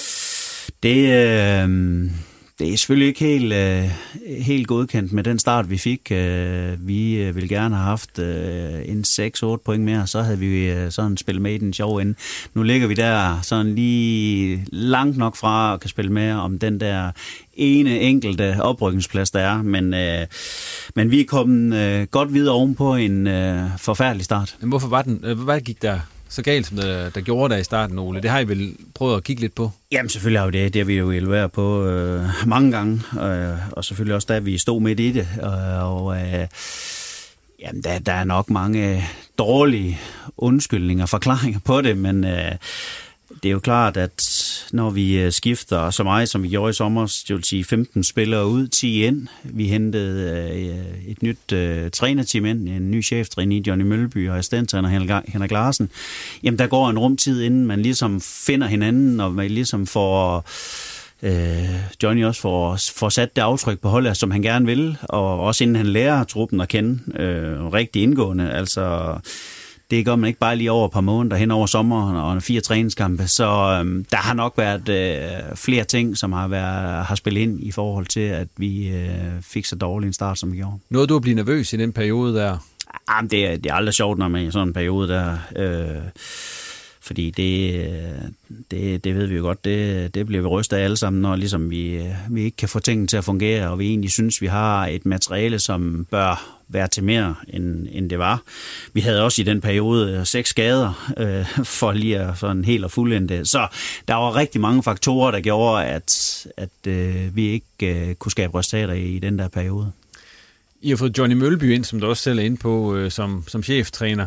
det... Øh, Det er selvfølgelig ikke helt, øh, helt godkendt med den start, vi fik. Øh, vi øh, ville gerne have haft øh, en seks otte point mere, så havde vi øh, sådan spillet med i den sjove ende. Nu ligger vi der sådan lige langt nok fra at kan spille med om den der ene enkelte oprykningsplads, der er. Men, øh, men vi er kommet øh, godt videre ovenpå en øh, forfærdelig start. Men hvorfor var den? Hvad gik der så galt, som der, der gjorde der i starten, Ole? Det har I vel prøvet at kigge lidt på? Jamen selvfølgelig har vi det. Det har vi jo evalueret på øh, mange gange. Øh, og selvfølgelig også da vi stod midt i det. Øh, og øh, jamen, der, der er nok mange dårlige undskyldninger og forklaringer på det, men øh, det er jo klart, at når vi skifter så meget, som vi gjorde i sommer, det vil sige femten spillere ud, ti ind. Vi hentede øh, et nyt øh, trænerteam ind, en ny cheftræner, Johnny Mølleby, og assistenttræner Henrik Larsen. Jamen, der går en rumtid, inden man ligesom finder hinanden, og man ligesom får... Øh, Johnny også får, får sat det aftryk på holdet, som han gerne vil, og også inden han lærer truppen at kende øh, rigtig indgående. Altså... Det gør man ikke bare lige over et par måneder hen over sommeren og fire træningskampe. Så øhm, der har nok været øh, flere ting, som har, været, har spillet ind i forhold til, at vi øh, fik så dårlig en start, som vi gjorde. Nåede du at blive nervøs i den periode der? Jamen, det, er, det er aldrig sjovt, når man er i sådan en periode der... Øh, fordi det, det, det ved vi jo godt, det, det bliver vi rystet af alle sammen, når ligesom vi, vi ikke kan få tingene til at fungere, og vi egentlig synes, vi har et materiale, som bør være til mere, end, end det var. Vi havde også i den periode seks skader, øh, for lige at sådan helt og fuldende. Så der var rigtig mange faktorer, der gjorde, at, at øh, vi ikke øh, kunne skabe resultater i, i den der periode. I har fået Johnny Mølleby ind, som du også selv er inde på, øh, som, som cheftræner.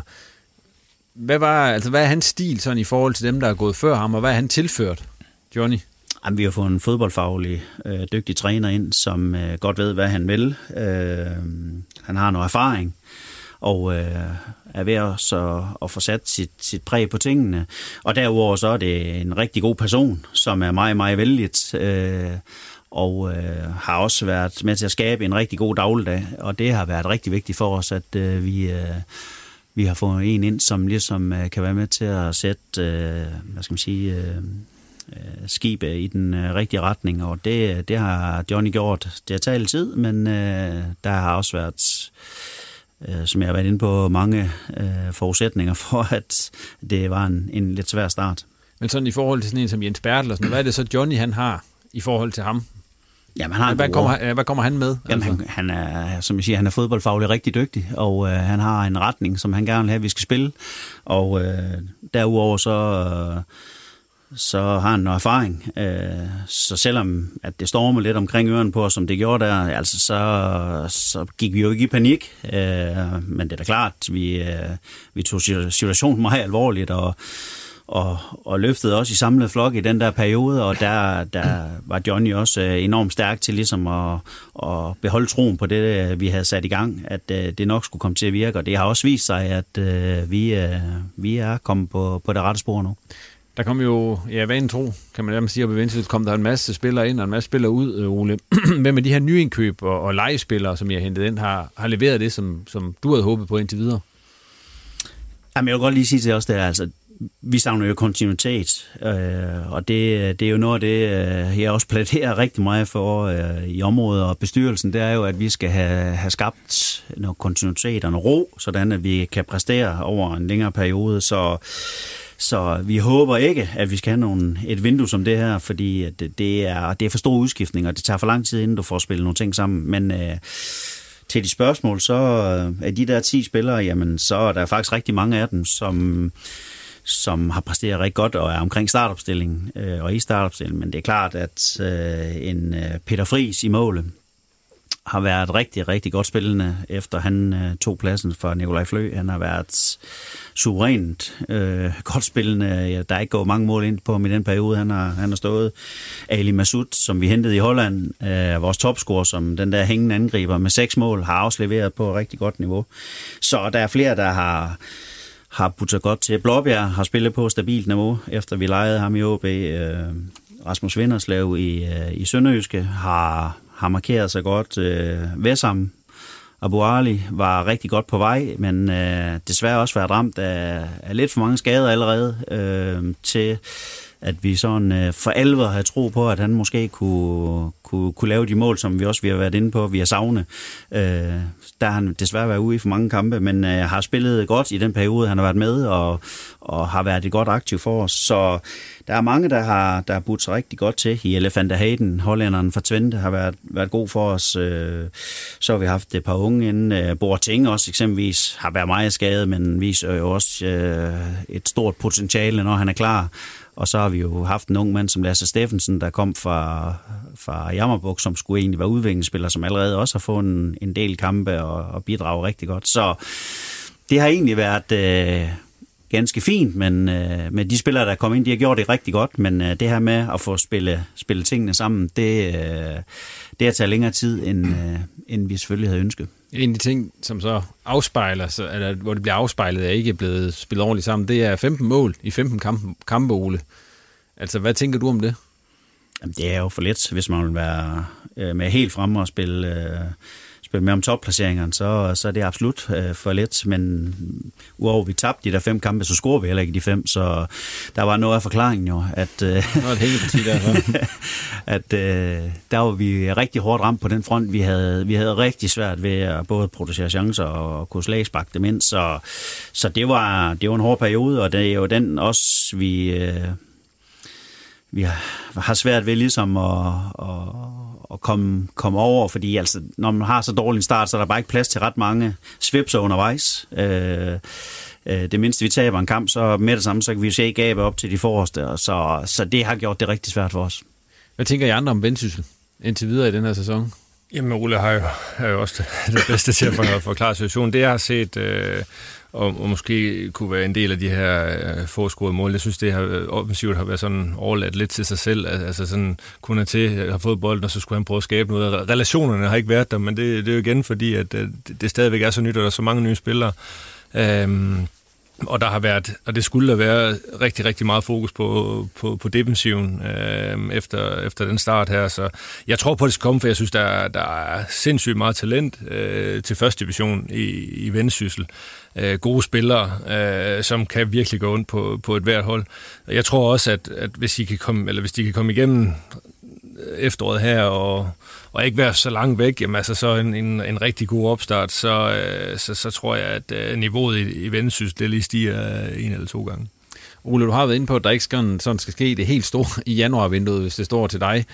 Hvad, var, altså, hvad er hans stil sådan, i forhold til dem, der er gået før ham, og hvad er han tilført, Johnny? Jamen, vi har fået en fodboldfaglig, øh, dygtig træner ind, som øh, godt ved, hvad han vil. Øh, han har noget erfaring, og øh, er ved også at, at få sat sit, sit præg på tingene. Og derudover så er det en rigtig god person, som er meget, meget vældigt, øh, og øh, har også været med til at skabe en rigtig god dagligdag. Og det har været rigtig vigtigt for os, at øh, vi... Øh, Vi har fået en ind, som ligesom uh, kan være med til at sætte uh, hvad skal man sige, uh, uh, skibet i den uh, rigtige retning, og det, det har Johnny gjort. Det har taget tid, men uh, der har også været, uh, som jeg har været inde på, mange uh, forudsætninger for, at det var en, en lidt svær start. Men sådan i forhold til sådan en som Jens Bertel, og sådan, hvad er det så Johnny han har i forhold til ham? Jamen, han har hvad, kommer, hvad kommer han med? Jamen, han, han er, som jeg siger, han er fodboldfaglig rigtig dygtig, og øh, han har en retning, som han gerne vil have, at vi skal spille. Og øh, derudover så, øh, så har han noget erfaring. Øh, så selvom at det stormer lidt omkring ørerne på os, som det gjorde der, altså, så, så gik vi jo ikke i panik. Øh, men det er da klart, vi, øh, vi tog situationen meget alvorligt, og Og, og løftede også i samlet flok i den der periode, og der, der var Johnny også enormt stærk til ligesom at, at beholde troen på det, vi havde sat i gang, at det nok skulle komme til at virke, og det har også vist sig, at vi, vi er kommet på, på det rette spor nu. Der kom jo, ja, vanen tro, kan man nærmest sige, at bevendt, kom der en masse spillere ind og en masse spillere ud, Ole. Hvem med de her nye indkøb og, og legespillere, som jeg har hentet ind, har, har leveret det, som, som du havde håbet på indtil videre? Jamen, jeg vil godt lige sige til os, det er altså, vi savner jo kontinuitet, øh, og det, det er jo noget af det, øh, jeg også plæderer rigtig meget for øh, i området og bestyrelsen, det er jo, at vi skal have, have skabt noget kontinuitet og noget ro, sådan at vi kan præstere over en længere periode, så Så vi håber ikke, at vi skal have nogle, et vindue som det her, fordi at det, er, det er for stor udskiftning, og det tager for lang tid, inden du får spillet nogle ting sammen. Men øh, til de spørgsmål, så er de der ti spillere, jamen så er der faktisk rigtig mange af dem, som, som har præsteret rigtig godt og er omkring startopstillingen øh, og i startopstillingen. Men det er klart, at øh, en øh, Peter Friis i målet har været rigtig, rigtig godt spillende, efter han øh, tog pladsen for Nikolaj Flø. Han har været suverænt øh, godt spillende. Ja, der er ikke gået mange mål ind på ham i den periode, han har, han har stået. Ali Massoud, som vi hentede i Holland, øh, vores topscorer, som den der hængende angriber med seks mål, har også leveret på et rigtig godt niveau. Så der er flere, der har, har puttet godt til. Blåbjerg har spillet på stabilt niveau, efter vi lejede ham i O B. Øh, Rasmus Vinderslev i, øh, i Sønderjyske har har markeret sig godt. Øh, Vessam Abu Ali var rigtig godt på vej, men øh, desværre også været ramt af, af lidt for mange skader allerede, øh, til at vi sådan øh, for alvor havde tro på, at han måske kunne, kunne, kunne lave de mål, som vi også vi har været inde på, vi har savnet. Øh, der har han desværre været ude i for mange kampe, men øh, har spillet godt i den periode, han har været med, og, og har været et godt aktiv for os. Så der er mange, der har, der har budt sig rigtig godt til. I Elefante Hayden, hollænderen fra Twente, har været, været god for os. Øh, så har vi haft et par unge inden. Boateng også eksempelvis har været meget skadet, men viser jo også øh, et stort potentiale, når han er klar. Og så har vi jo haft en ung mand som Lasse Steffensen, der kom fra, fra Jammerbuk, som skulle egentlig være udviklingsspiller, som allerede også har fået en, en del kampe og, og bidrager rigtig godt. Så det har egentlig været øh, ganske fint, men øh, med de spillere, der er kommet ind, de har gjort det rigtig godt, men øh, det her med at få spille, spille tingene sammen, det, øh, det har taget længere tid, end, øh, end vi selvfølgelig havde ønsket. En af de ting, som så afspejler sig, eller hvor det bliver afspejlet, er ikke blevet spillet ordentligt sammen, det er femten mål i femten kampe, kampe Ole. Altså, hvad tænker du om det? Jamen, det er jo for let, hvis man vil være øh, med helt fremme og spille, øh, spille med om topplaceringerne, så, så er det absolut øh, for let, men uover vi tabte de der fem kampe, så scorer vi heller ikke de fem, så der var noget af forklaringen jo, at, øh, Nå, et helt parti der, så. at øh, der var vi rigtig hårdt ramt på den front. Vi havde, vi havde rigtig svært ved at både producere chancer og kunne slagsbakke dem ind, så, så det, var, det var en hård periode, og det er jo den også, vi... Øh, vi har svært ved ligesom at, at, at komme, komme over, fordi altså, når man har så dårlig en start, så er der bare ikke plads til ret mange svipser undervejs. Øh, øh, det mindste vi taber en kamp, så med det samme, så kan vi se gabet op til de forreste, og så, så det har gjort det rigtig svært for os. Hvad tænker I andre om Vendsyssel indtil videre i den her sæson? Jamen, Ole har jo, er jo også det, det bedste til at forklare situationen. Det, jeg har set, øh, og, og måske kunne være en del af de her øh, forscorede mål, jeg synes, det her offensivt har været sådan overladt lidt til sig selv. Altså sådan, kun er til, har fået bolden, og så skulle han prøve at skabe noget. Relationerne har ikke været der, men det, det er jo igen fordi, at det, det stadigvæk er så nyt, og der er så mange nye spillere. Øhm, Og der har været, og det skulle der være rigtig, rigtig meget fokus på, på, på defensiven øh, efter, efter den start her. Så jeg tror på, at det skal komme, for jeg synes, der, der er sindssygt meget talent øh, til første division i, i Vendsyssel. Øh, gode spillere, øh, som kan virkelig gå ondt på, på et hvert hold. Jeg tror også, at, at hvis, de kan komme, eller hvis de kan komme igennem efteråret her og, og ikke være så langt væk, jamen altså så en, en, en rigtig god opstart, så, øh, så, så tror jeg, at øh, niveauet i, i Vendsyssel, det lige stiger en eller to gange. Ole, du har været inde på, at der ikke skal, sådan skal ske det helt store i januarvinduet, hvis det står til dig.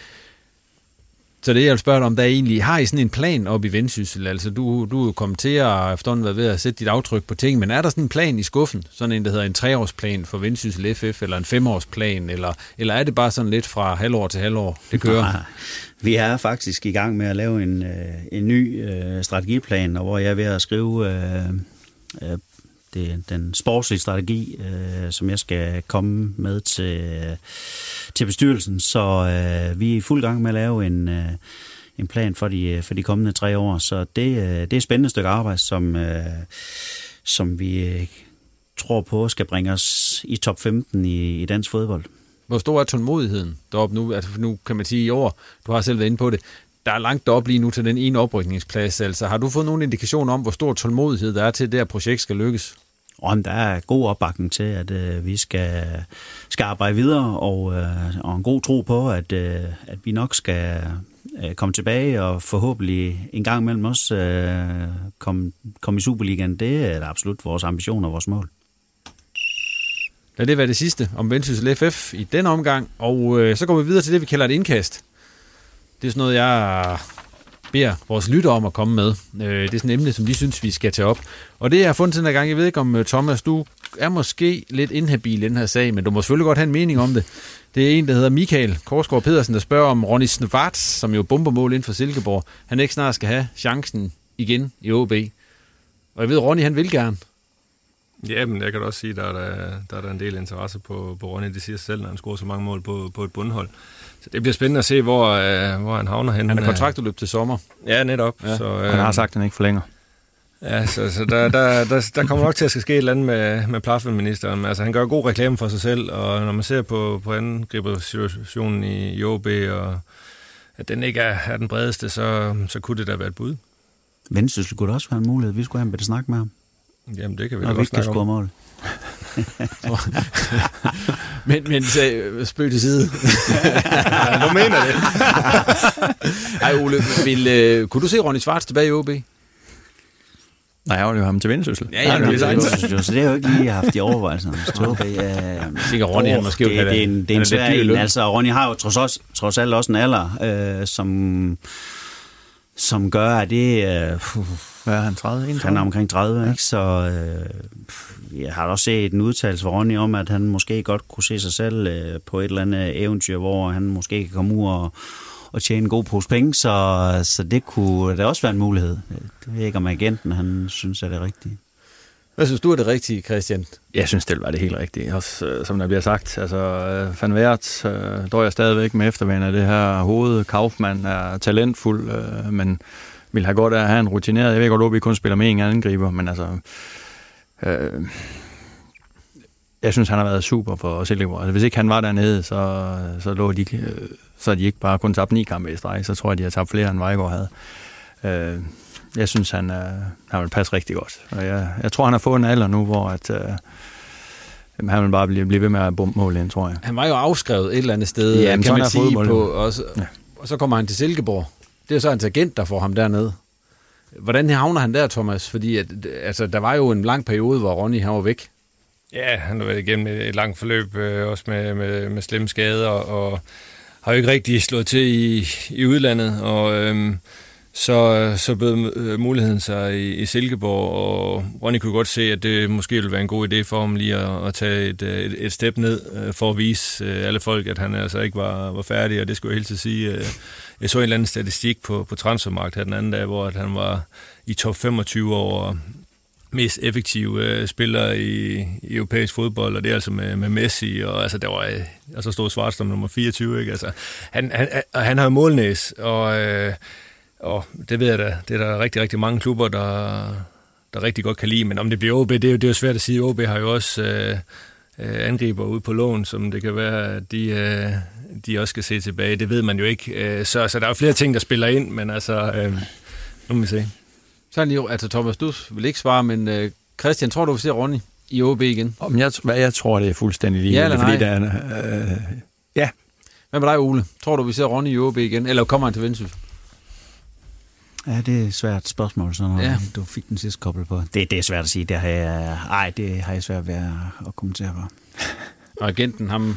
Så det, jeg vil spørge dig om, der er egentlig, har I sådan en plan op i Vendsyssel? Altså, du, du er jo kommet til at efterhånden været ved at sætte dit aftryk på ting, men er der sådan en plan i skuffen? Sådan en, der hedder en treårsplan for Vendsyssel F F, eller en femårsplan, eller, eller er det bare sådan lidt fra halvår til halvår, det kører? Nej, vi er faktisk i gang med at lave en, en ny øh, strategiplan, hvor jeg er ved at skrive øh, øh, det, den sportslige strategi, øh, som jeg skal komme med til, øh, til bestyrelsen. Så øh, vi er i fuld gang med at lave en, øh, en plan for de, for de kommende tre år. Så det, øh, det er et spændende stykke arbejde, som, øh, som vi øh, tror på skal bringe os i top femten i, i dansk fodbold. Hvor stor er tålmodigheden deroppe nu? Altså nu kan man sige i år, du har selv været inde på det, der er langt op lige nu til den ene oprykningsplads. Altså, har du fået nogen indikation om, hvor stor tålmodighed der er til, at det her projekt skal lykkes? Og der er god opbakning til, at øh, vi skal, skal arbejde videre, og, øh, og en god tro på, at, øh, at vi nok skal øh, komme tilbage og forhåbentlig en gang imellem også øh, komme, komme i Superligaen. Det er absolut vores ambition og vores mål. Lad det være det sidste om Vendsyssel F F i den omgang, og øh, så går vi videre til det, vi kalder et indkast. Det er sådan noget, jeg beder vores lytter om at komme med. Øh, det er sådan et emne, som de synes, vi skal tage op. Og det, jeg har fundet til den her gang, jeg ved ikke om, Thomas, du er måske lidt inhabil i den her sag, men du må selvfølgelig godt have en mening om det. Det er en, der hedder Michael Korsgaard Pedersen, der spørger om Ronny Schwartz, som jo bomber mål inden for Silkeborg. Han ikke snart skal have chancen igen i O B. Og jeg ved, Ronny, han vil gerne. Ja, men jeg kan da også sige, at der er der, der er der en del interesse på, på Ronny. Det siger sig selv, når han scorer så mange mål på, på et bundhold. Så det bliver spændende at se, hvor, øh, hvor han havner hen. Han er kontraktudløb til sommer. Ja, netop. Ja, så, øh, han har sagt, at han ikke forlænger. Ja, så, så der, der, der, der kommer nok til at ske et eller andet med, med plaffelministeren. Altså, han gør god reklame for sig selv, og når man ser på, på angribersituationen i, i O B, og at den ikke er, er den bredeste, så, så kunne det da være et bud. Vendsyssel kunne det også være en mulighed. Vi skulle have en bedre snak med ham. Jamen, det kan vi da godt snakke om. Mål. men, men spøg til side. Ja, du mener det. Ej, Ole, vil, øh, kunne du se Ronny Schwartz tilbage i O B? Nej, jeg var jo ham til Vendsyssel. Ja, ja, det, det, så det har jo ikke lige haft i overvejelserne. Sikkert Ronny, han måske det, det, det, er en, det er en svær en. Altså, Ronny har jo trods, også, trods alt også en alder, øh, som, som gør, at det... Øh, Hvad er han, tredive? Han er omkring tredive, ja. Ikke? Så øh, jeg har også set en udtalelse fra Ronny om, at han måske godt kunne se sig selv øh, på et eller andet eventyr, hvor han måske kan komme ud og, og tjene en god pose penge, så, så det kunne da også være en mulighed. Det ved jeg ikke, om agenten han synes er det rigtige. Hvad synes du er det rigtige, Christian? Jeg synes, det var det helt rigtige. Også, øh, som der bliver sagt, altså Van Weert øh, dår jeg stadigvæk med eftervand af det her hoved. Kaufmann er talentfuld, øh, men vil have godt at have en rutineret. Jeg ved godt, at vi kun spiller med en angriber, men altså... Øh, jeg synes, han har været super for Silkeborg. Altså, hvis ikke han var dernede, så, så lå de, øh, så havde de ikke bare kun tabt ni kampe i streg. Så tror jeg, de har tabt flere, end Vejgaard havde. Øh, jeg synes, han, øh, han vil passe rigtig godt. Og jeg, jeg tror, han har fået en alder nu, hvor at, øh, han vil bare blive, blive ved med at bombe mål ind, tror jeg. Han var jo afskrevet et eller andet sted, ja, kan man sige, på, og, så, ja. og så kommer han til Silkeborg. Det er jo så en agent, der får ham dernede. Hvordan havner han der, Thomas? Fordi at, altså, der var jo en lang periode, hvor Ronny han var væk. Ja, han har været igennem et langt forløb, øh, også med, med, med slemme skader, og har jo ikke rigtig slået til i, i udlandet. Og øhm, så, så bød muligheden sig i, i Silkeborg, og Ronny kunne godt se, at det måske ville være en god idé for ham lige at, at tage et, et, et step ned, øh, for at vise øh, alle folk, at han altså ikke var, var færdig, og det skulle jeg helt til at sige. Øh, jeg så en eller anden statistik på, på Transfermarkt her den anden dag, hvor at han var i top femogtyve over mest effektive øh, spillere i, i europæisk fodbold, og det er altså med, med Messi, og altså der var øh, altså stod Schwartz som nummer fireogtyve, ikke? Altså, han, han, han har jo målnæs, og, øh, og det ved jeg da, det er der rigtig, rigtig mange klubber, der, der rigtig godt kan lide, men om det bliver O B, det er jo, det er jo svært at sige. O B har jo også øh, angriber ude på lån, som det kan være, at de, øh, de også skal se tilbage. Det ved man jo ikke. Så, så der er jo flere ting, der spiller ind, men altså, øh, nu må vi se. Så lige, altså Thomas, du vil ikke svare, men øh, Christian, tror du, vi ser Ronny i O B igen? Om jeg, jeg tror, det er fuldstændig lige. Ja eller nej? Fordi der er, øh, ja. Hvad med dig, Ole? Tror du, vi ser Ronny i O B igen? Eller kommer han til Vendsyssel? Ja, det er et svært spørgsmål, så når ja. du fik den sidste kobbel på. Det, det er svært at sige. Det har jeg, ej, det har jeg svært ved at kommentere på. Og agenten, ham...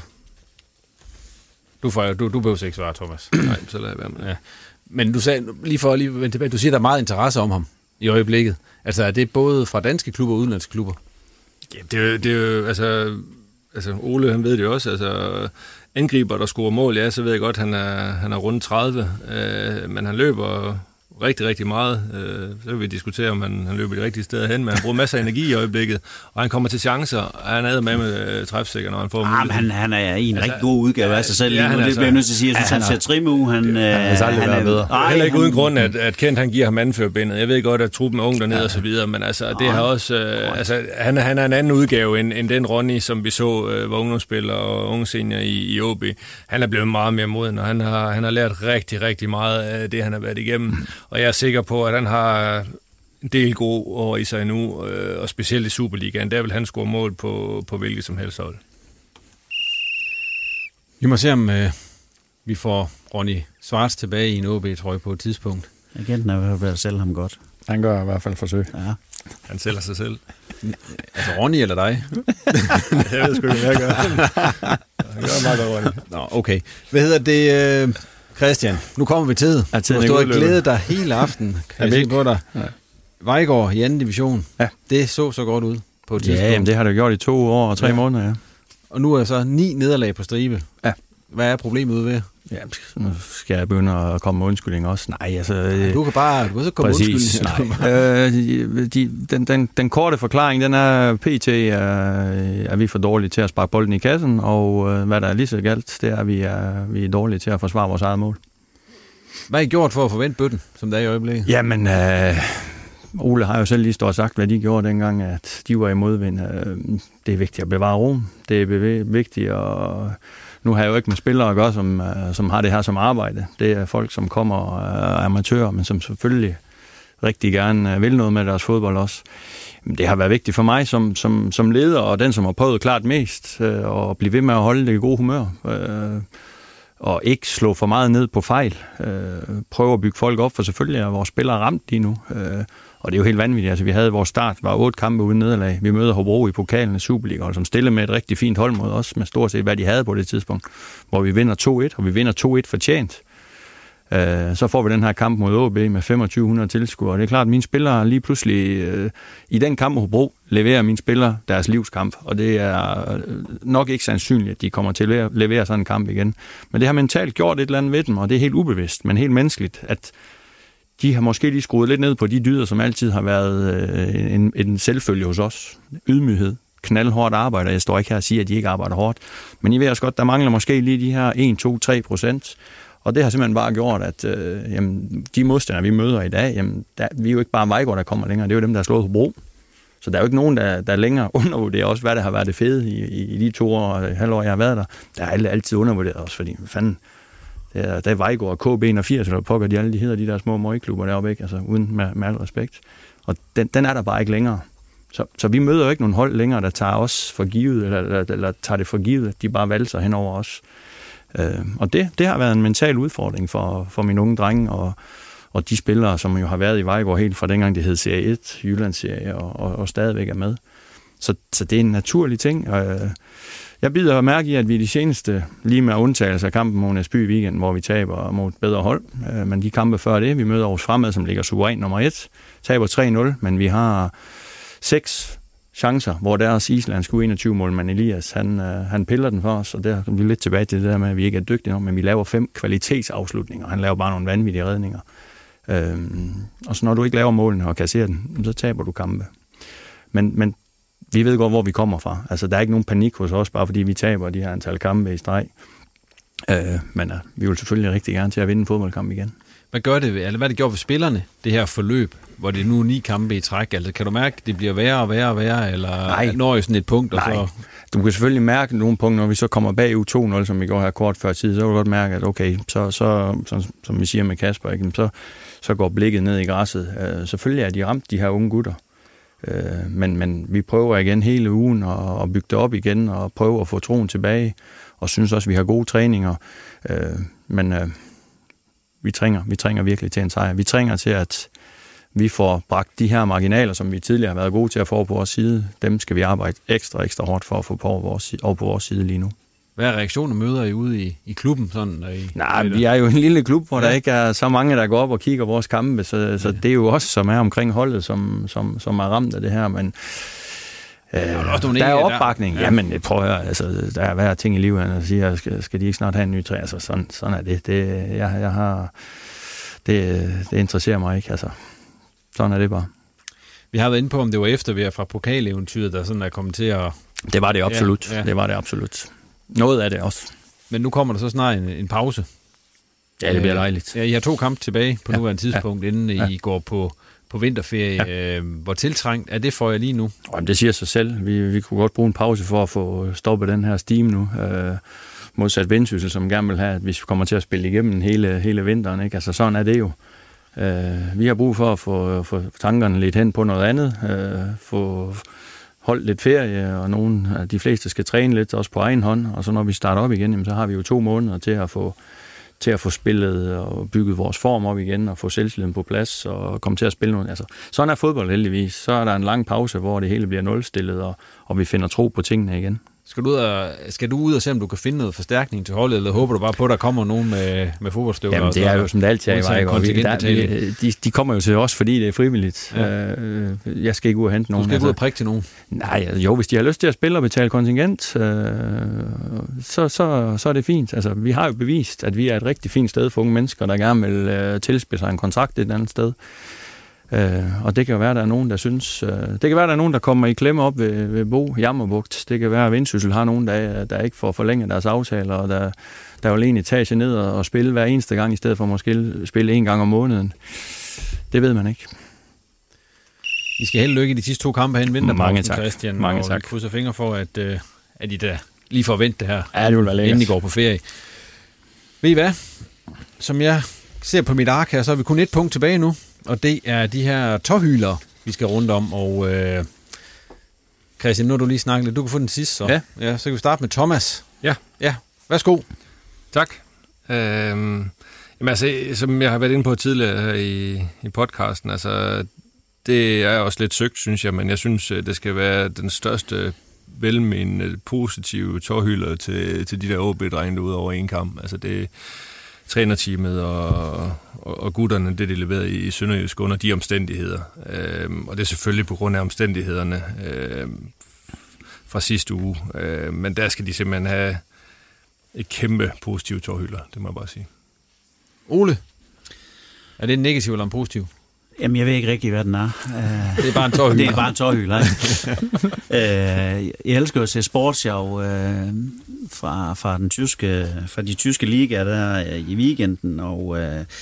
Du, får, du, du behøver ikke svare, Thomas. Nej, så lader jeg være med det. Ja. Men du sagde, lige for at lige vende tilbage, du siger, der er meget interesse om ham i øjeblikket. Altså, er det både fra danske klubber og udenlandske klubber? Ja, det er jo, det er jo altså, altså, Ole, han ved det jo også, altså, angriber, der scorer mål, ja, så ved jeg godt, han er, han er rundt tredive, øh, men han løber rigtig, rigtig meget. Øh, så vil vi diskutere, om han, han løber de rigtige steder hen, men han bruger masser af energi i øjeblikket, og han kommer til chancer, og han er med med øh, træfsikker, når han får ah, han, han er i en altså, rigtig god udgave ja, af sig selv. Ja, han, det bliver jeg nødt til at sige, jeg synes, han, han ser trim ud. Han, det, øh, han, han er bedre. Ej, heller ikke uden grund, at, at Kent han giver ham anførbindet. Jeg ved godt, at truppen er ung dernede ja. og så videre, men altså, det har også, øh, altså, han, han er en anden udgave end, end den Ronny, som vi så, øh, var ungdomsspiller og unge senior i, i O B. Han er blevet meget mere moden, og han har, han har lært rigtig, rigtig meget af det, han har været igennem, og jeg er sikker på, at han har en del gode år i sig nu, og specielt i Superligaen, der vil han score mål på, på hvilket som helst hold. Vi må se, om øh, vi får Ronny Schwartz tilbage i en O B-trøje på et tidspunkt. Agenten er ved at sælge ham godt. Han gør i hvert fald forsøg. Ja. Han sælger sig selv. Altså Ronny eller dig? Jeg ved sgu ikke, hvad jeg gør. Han gør meget godt, Ronny. Nå, okay. Hvad hedder det, øh, Christian? Nu kommer vi til det. Du har stået og glædet dig hele aften. Kan jeg se på dig? Ja. Vejgaard i anden division. Ja. Det så så godt ud på et tidspunkt. Ja, jamen, det har det gjort i to år og tre ja. måneder, ja. Og nu er så ni nederlag på stribe. Ja. Hvad er problemet ude ved? Ja, nu skal jeg begynde at komme med undskyldning også. Nej, altså... Ja, du kan bare... Du kan så komme med undskyldning. Nej. øh, de, de, den, den, den korte forklaring, den er, P T er, er vi for dårlige til at sparke bolden i kassen, og øh, hvad der er lige så galt, det er, at vi er, vi er dårlige til at forsvare vores eget mål. Hvad har I gjort for at forvente bøtten, som der er i øjeblikket? Jamen... Øh, Ole har jo selv lige stået og sagt, hvad de gjorde dengang, at de var i modvind. Det er vigtigt at bevare ro. Det er vigtigt at... Nu har jeg jo ikke med spillere at gøre, som, som har det her som arbejde. Det er folk, som kommer og er amatører, men som selvfølgelig rigtig gerne vil noget med deres fodbold også. Det har været vigtigt for mig som, som, som leder, og den, som har prøvet klart mest, at blive ved med at holde det gode humør. Og ikke slå for meget ned på fejl. Prøve at bygge folk op, for selvfølgelig er vores spillere ramt lige nu. Og det er jo helt vanvittigt. Altså, vi havde vores start, var otte kampe uden nederlag. Vi møder Hobro i pokalen i Superliga, som stille med et rigtig fint hold mod os, med stort set, hvad de havde på det tidspunkt, hvor vi vinder to et, og vi vinder to et fortjent. Øh, så får vi den her kamp mod O B med femogtyve hundrede tilskuere. Og det er klart, at mine spillere lige pludselig, øh, i den kamp mod Hobro, leverer mine spillere deres livskamp. Og det er nok ikke sandsynligt, at de kommer til at levere sådan en kamp igen. Men det har mentalt gjort et eller andet ved dem, og det er helt ubevidst, men helt menneskeligt, at de har måske lige skruet lidt ned på de dyder, som altid har været øh, en, en selvfølge hos os. Ydmyghed, knaldhårdt arbejde. Jeg står ikke her og siger, at de ikke arbejder hårdt. Men I ved også godt, der mangler måske lige de her en, to, tre procent. Og det har simpelthen bare gjort, at øh, jamen, de modstandere, vi møder i dag, jamen, der, vi er jo ikke bare Vejgaard, der kommer længere. Det er jo dem, der har slået Hobro. Så der er jo ikke nogen, der, der længere undervurderer også, hvad der har været det fede i, i, i de to år og halvår, jeg har været der. Der er alle altid undervurderet også, fordi fanden... Der, der er Vejgaard og K B enogfirs, eller pokker de alle, de hedder de der små møgklubber deroppe, ikke? Altså uden med, med al respekt. Og den, den er der bare ikke længere. Så, så vi møder jo ikke nogen hold længere, der tager os for givet, eller, eller, eller tager det for givet, at de bare valser hen over os. Øh, og det, det har været en mental udfordring for, for mine unge drenge, og, og de spillere, som jo har været i Vejgaard helt fra dengang, det hed serie et, Jyllandsserie, og, og, og stadigvæk er med. Så, så det er en naturlig ting, og øh, jeg bider mærke i, at vi de seneste, lige med undtagelse af kampen mod Næsby i weekenden, hvor vi taber mod et bedre hold, men de kampe før det, vi møder Aarhus Fremad, som ligger suveræn nummer et, taber tre nul, men vi har seks chancer, hvor deres islandske U enogtyve-målmand Elias, han, han piller den for os, og der kommer vi lidt tilbage til det der med, at vi ikke er dygtige nok, men vi laver fem kvalitetsafslutninger, han laver bare nogle vanvittige redninger. Øhm, og så når du ikke laver målene og kasserer den, så taber du kampe. Men, men vi ved godt, hvor vi kommer fra. Altså, der er ikke nogen panik hos os, bare fordi vi taber de her antal kampe i streg. Øh, men uh, vi vil selvfølgelig rigtig gerne til at vinde en fodboldkamp igen. Hvad gør det, eller hvad det gjort for spillerne, det her forløb, hvor det er nu ni kampe i træk? Altså, kan du mærke, at det bliver værre og værre og værre, eller Nej. når I sådan et punkt? Og Nej. Så... Du kan selvfølgelig mærke nogle punkter, når vi så kommer bag U to nul, som vi går her kort før tid, så kan du godt mærke, at okay, så, så, så som vi siger med Kasper, ikke, så, så går blikket ned i græsset. Uh, selvfølgelig er de ramt, de her unge gutter. Øh, men, men vi prøver igen hele ugen at, at bygge det op igen og prøve at få troen tilbage, og synes også, at vi har gode træninger. Øh, men øh, vi trænger, vi trænger virkelig til en sejr. Vi trænger til, at vi får bragt de her marginaler, som vi tidligere har været gode til at få på vores side, dem skal vi arbejde ekstra, ekstra hårdt for at få på vores, over på vores side lige nu. Hvad er reaktioner møder I ude i, i klubben? Sådan, i, Nej, vi er jo en lille klub, hvor ja. der ikke er så mange, der går op og kigger vores kampe, så, så ja. det er jo os, som er omkring holdet, som, som, som er ramt af det her, men øh, der er, der er opbakning. Der. Ja. Jamen, prøv at høre, altså, der er hver ting i livet, han siger, skal, skal de ikke snart have en ny træ? Altså, sådan, sådan er det. det jeg, jeg har, det, det interesserer mig ikke, altså. Sådan er det bare. Vi har været inde på, om det var eftervejr fra pokaleventyret, der sådan er kommet til at... Det var det absolut. Ja, ja. Det var det absolut. Noget af det også. Men nu kommer der så snart en, en pause. Ja, det bliver dejligt. Ja, I har to kampe tilbage på ja. nuværende tidspunkt, ja. inden ja. I går på, på vinterferie. Ja. Hvor tiltrængt er det for jer lige nu? Jamen, det siger sig selv. Vi, vi kunne godt bruge en pause for at få stoppet den her steam nu. Øh, modsat Vendsyssel, som gerne vil have, at vi kommer til at spille igennem hele, hele vinteren. Ikke? Altså, sådan er det jo. Øh, vi har brug for at få, få tankerne lidt hen på noget andet, øh, få holdt lidt ferie, og nogen, de fleste skal træne lidt også på egen hånd, og så når vi starter op igen, jamen, så har vi jo to måneder til at få til at få spillet og bygget vores form op igen, og få selvtilliden på plads, og komme til at spille noget. Altså, sådan er fodbold heldigvis. Så er der en lang pause, hvor det hele bliver nulstillet, og, og vi finder tro på tingene igen. Skal du, ud og, skal du ud og se, om du kan finde noget forstærkning til holdet, eller håber du bare på, at der kommer nogen med, med fodboldstøvler? Jamen, det er jo som det altid er i Vejgaard. De, de kommer jo til os, fordi det er frivilligt. Ja. Jeg skal ikke ud og hente nogen. Du skal ikke ud og prikke til nogen? Nej, jo, hvis de har lyst til at spille og betale kontingent, så, så, så er det fint. Altså, vi har jo bevist, at vi er et rigtig fint sted for unge mennesker, der gerne vil tilspidse sig en kontrakt et andet sted. Uh, og det kan jo være, at der er nogen, der synes... Uh, det kan være, at der er nogen, der kommer i klemme op ved, ved Bo Jammerbugt. Det kan være, at Vendsyssel har nogen, der, der ikke får forlænget deres aftaler, og der, der vil en etage ned og, og spille hver eneste gang, i stedet for måske spille en gang om måneden. Det ved man ikke. I skal held lykke i de sidste to kampe hen vinterpausen, Mange tak. Christian. Mange og tak. vi krydser fingre for, at, uh, at I da lige får vendt det her, ja, det vil være lækkert, inden I går på ferie. Ved I hvad? Som jeg ser på mit ark her, så har vi kun et punkt tilbage nu. Og det er de her tårhyler, vi skal rundt om. Og øh, Christian, nu har du lige snakket lidt. Du kan få den sidste, så. Ja. Ja, så kan vi starte med Thomas. Ja. Ja, værsgo. Tak. Øhm, jamen altså, som jeg har været inde på tidligere her i, i podcasten, altså, det er også lidt søgt, synes jeg, men jeg synes, det skal være den største velmenende, positive tårhyler til, til de der O B-drenge ud over en kamp. Altså, det trænerteamet og, og, og gutterne, det de leverede i, i Sønderjysk under de omstændigheder. Øhm, og det er selvfølgelig på grund af omstændighederne øhm, fra sidste uge. Øhm, men der skal de simpelthen have et kæmpe positivt tårhylder, det må jeg bare sige. Ole, er det en negativ eller en positiv? Jamen, jeg ved ikke rigtig, hvad den er. Det er bare en tårhylder. Det er bare en tårhylder. Jeg elsker at se sportsshow fra, fra, den tyske, fra de tyske ligaer der i weekenden, og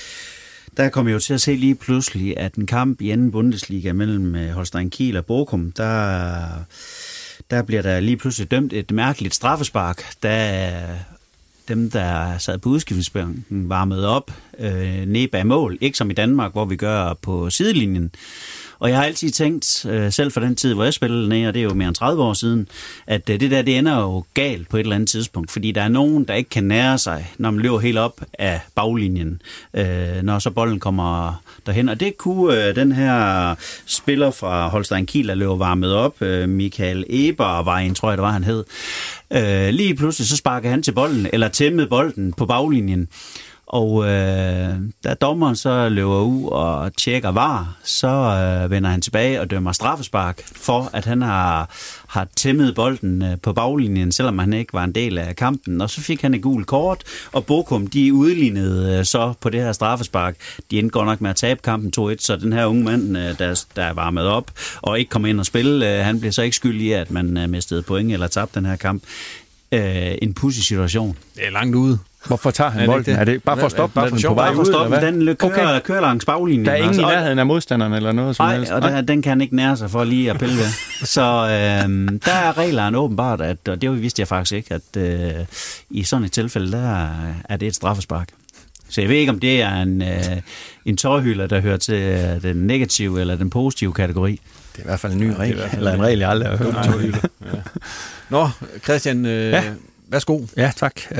der kom jeg jo til at se lige pludselig, at en kamp i anden Bundesliga mellem Holstein Kiel og Bochum, der, der bliver der lige pludselig dømt et mærkeligt straffespark, der dem, der sad på udskiftningsbænken, varmede op øh, ned bag mål. Ikke som i Danmark, hvor vi gør på sidelinjen. Og jeg har altid tænkt, øh, selv for den tid, hvor jeg spillede ned, og det er jo mere end tredive år siden, at øh, det der, det ender jo galt på et eller andet tidspunkt. Fordi der er nogen, der ikke kan nære sig, når man løber helt op af baglinjen, øh, når så bolden kommer derhen. Og det kunne øh, den her spiller fra Holstein Kiel, der løber varmet op, øh, Michael Ebervejen, tror jeg det var, han hed. Øh, lige pludselig så sparker han til bolden, eller tæmmede bolden på baglinjen. Og øh, da dommeren så løber ud og tjekker V A R, så øh, vender han tilbage og dømmer straffespark for, at han har, har tæmmet bolden øh, på baglinjen, selvom han ikke var en del af kampen. Og så fik han et gult kort, og Bochum, de udlignede øh, så på det her straffespark. De endte godt nok med at tabe kampen to et, så den her unge mand, øh, der, der er varmet op og ikke kom ind og spille, øh, han blev så ikke skyldig i, at man øh, mistede point eller tabte den her kamp. Øh, en pudsig situation. Det er langt ude. Hvorfor tager han bolden? Er det bare for at stoppe den på vej ud? Bare for at stoppe den. Den kører, okay. kører langs baglinjen. Der er ingen i nærheden af modstanderen eller noget som Nej, helst? og der, den kan han ikke nære sig for lige at pille ved. Så øh, der er reglerne åbenbart, at, og det vidste jeg faktisk ikke, at øh, i sådan et tilfælde, der er det et straffespark. Så jeg ved ikke, om det er en, øh, en tårhylder, der hører til den negative eller den positive kategori. Det er i hvert fald en ny regel, ja, eller en regel, jeg aldrig har hørt. Ja. Nå, Christian, øh, ja. Værsgo. Ja, tak. Øh,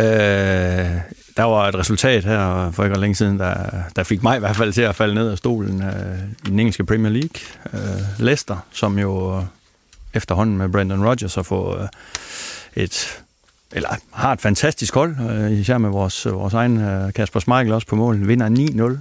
der var et resultat her for ikke længe siden, der, der fik mig i hvert fald til at falde ned af stolen øh, i den engelske Premier League. Øh, Leicester, som jo øh, efterhånden med Brendan Rodgers har fået øh, et, eller har et fantastisk hold, øh, især med vores, vores egen øh, Kasper Schmeichel også på mål, vinder ni nul.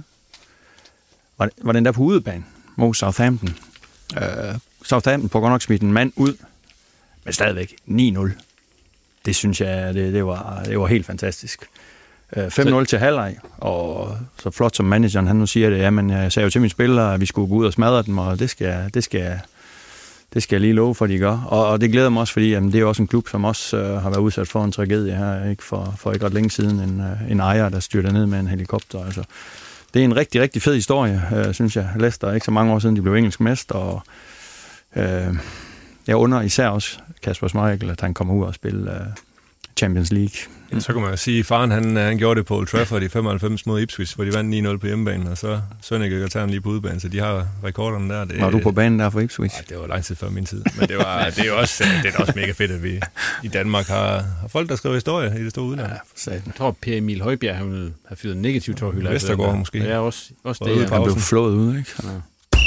Var, var den der på udebane mod Southampton. Øh, Southampton får godt nok smidt en mand ud, men stadigvæk ni nul. Det synes jeg, det, det, var, det var helt fantastisk. fem nul til halvleg, og så flot som manageren, han nu siger det, jamen jeg sagde jo til mine spillere, at vi skulle gå ud og smadre dem, og det skal, det skal, det skal jeg lige love for, de gør. Og, og det glæder mig også, fordi jamen, det er også en klub, som også uh, har været udsat for en tragedie her, ikke for, for ikke ret længe siden, en, uh, en ejer, der styrter ned med en helikopter. Altså, det er en rigtig, rigtig fed historie, uh, synes jeg. Leicester, ikke så mange år siden, de blev engelsk mester, og uh, jeg under især også Kasper Schmeichel, at han kommer ud og spiller uh, Champions League. Ja, så kan man jo sige, at faren han, han gjorde det på Old Trafford i femoghalvfems mod Ipswich, hvor de vandt ni nul på hjemmebanen, og så Sønneke og Tern lige på udebane, så de har rekorderne der. Det, var du på banen der for Ipswich? Nej, det var lang tid før min tid, men det, var, det, er også, det er også mega fedt, at vi i Danmark har, har folk, der skriver historie i det store udland. Ja, jeg tror, Per Emil Højbjerg han ville have fyret en negativ tårhylder. Vestergaard måske. Ja, også, også og det. Han blev flået ud, ikke? Ja.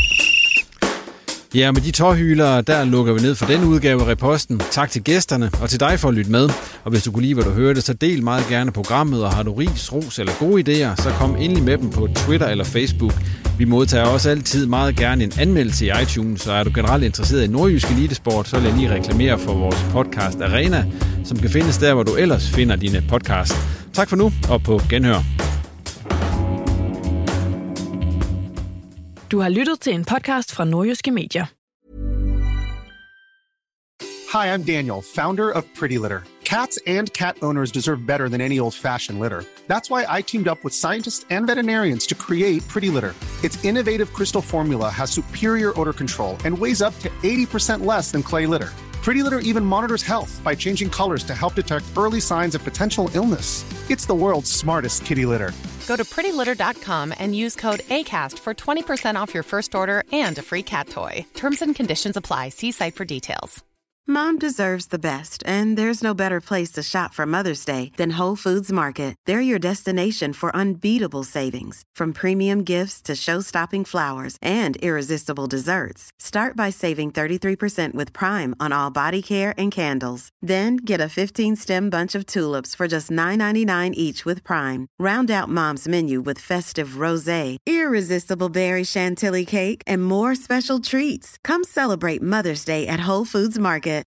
Ja, med de tårhylere, der lukker vi ned for den udgave af Reposten. Tak til gæsterne, og til dig for at lytte med. Og hvis du kunne lide, hvad du hørte, så del meget gerne programmet, og har du ris, ros eller gode idéer, så kom endelig med dem på Twitter eller Facebook. Vi modtager også altid meget gerne en anmeldelse i iTunes, så er du generelt interesseret i nordjysk elitesport, så vil jeg lige reklamere for vores podcast Arena, som kan findes der, hvor du ellers finder dine podcasts. Tak for nu, og på genhør. Du har lyttet til en podcast fra Nordjyske Medier. Hi, I'm Daniel, founder of Pretty Litter. Cats and cat owners deserve better than any old-fashioned litter. That's why I teamed up with scientists and veterinarians to create Pretty Litter. Its innovative crystal formula has superior odor control and weighs up to eighty percent less than clay litter. Pretty Litter even monitors health by changing colors to help detect early signs of potential illness. It's the world's smartest kitty litter. Go to pretty litter dot com and use code ACAST for twenty percent off your first order and a free cat toy. Terms and conditions apply. See site for details. Mom deserves the best, and there's no better place to shop for Mother's Day than Whole Foods Market. They're your destination for unbeatable savings, from premium gifts to show-stopping flowers and irresistible desserts. Start by saving thirty-three percent with Prime on all body care and candles. Then get a fifteen-stem bunch of tulips for just nine ninety-nine each with Prime. Round out Mom's menu with festive rosé, irresistible berry chantilly cake, and more special treats. Come celebrate Mother's Day at Whole Foods Market.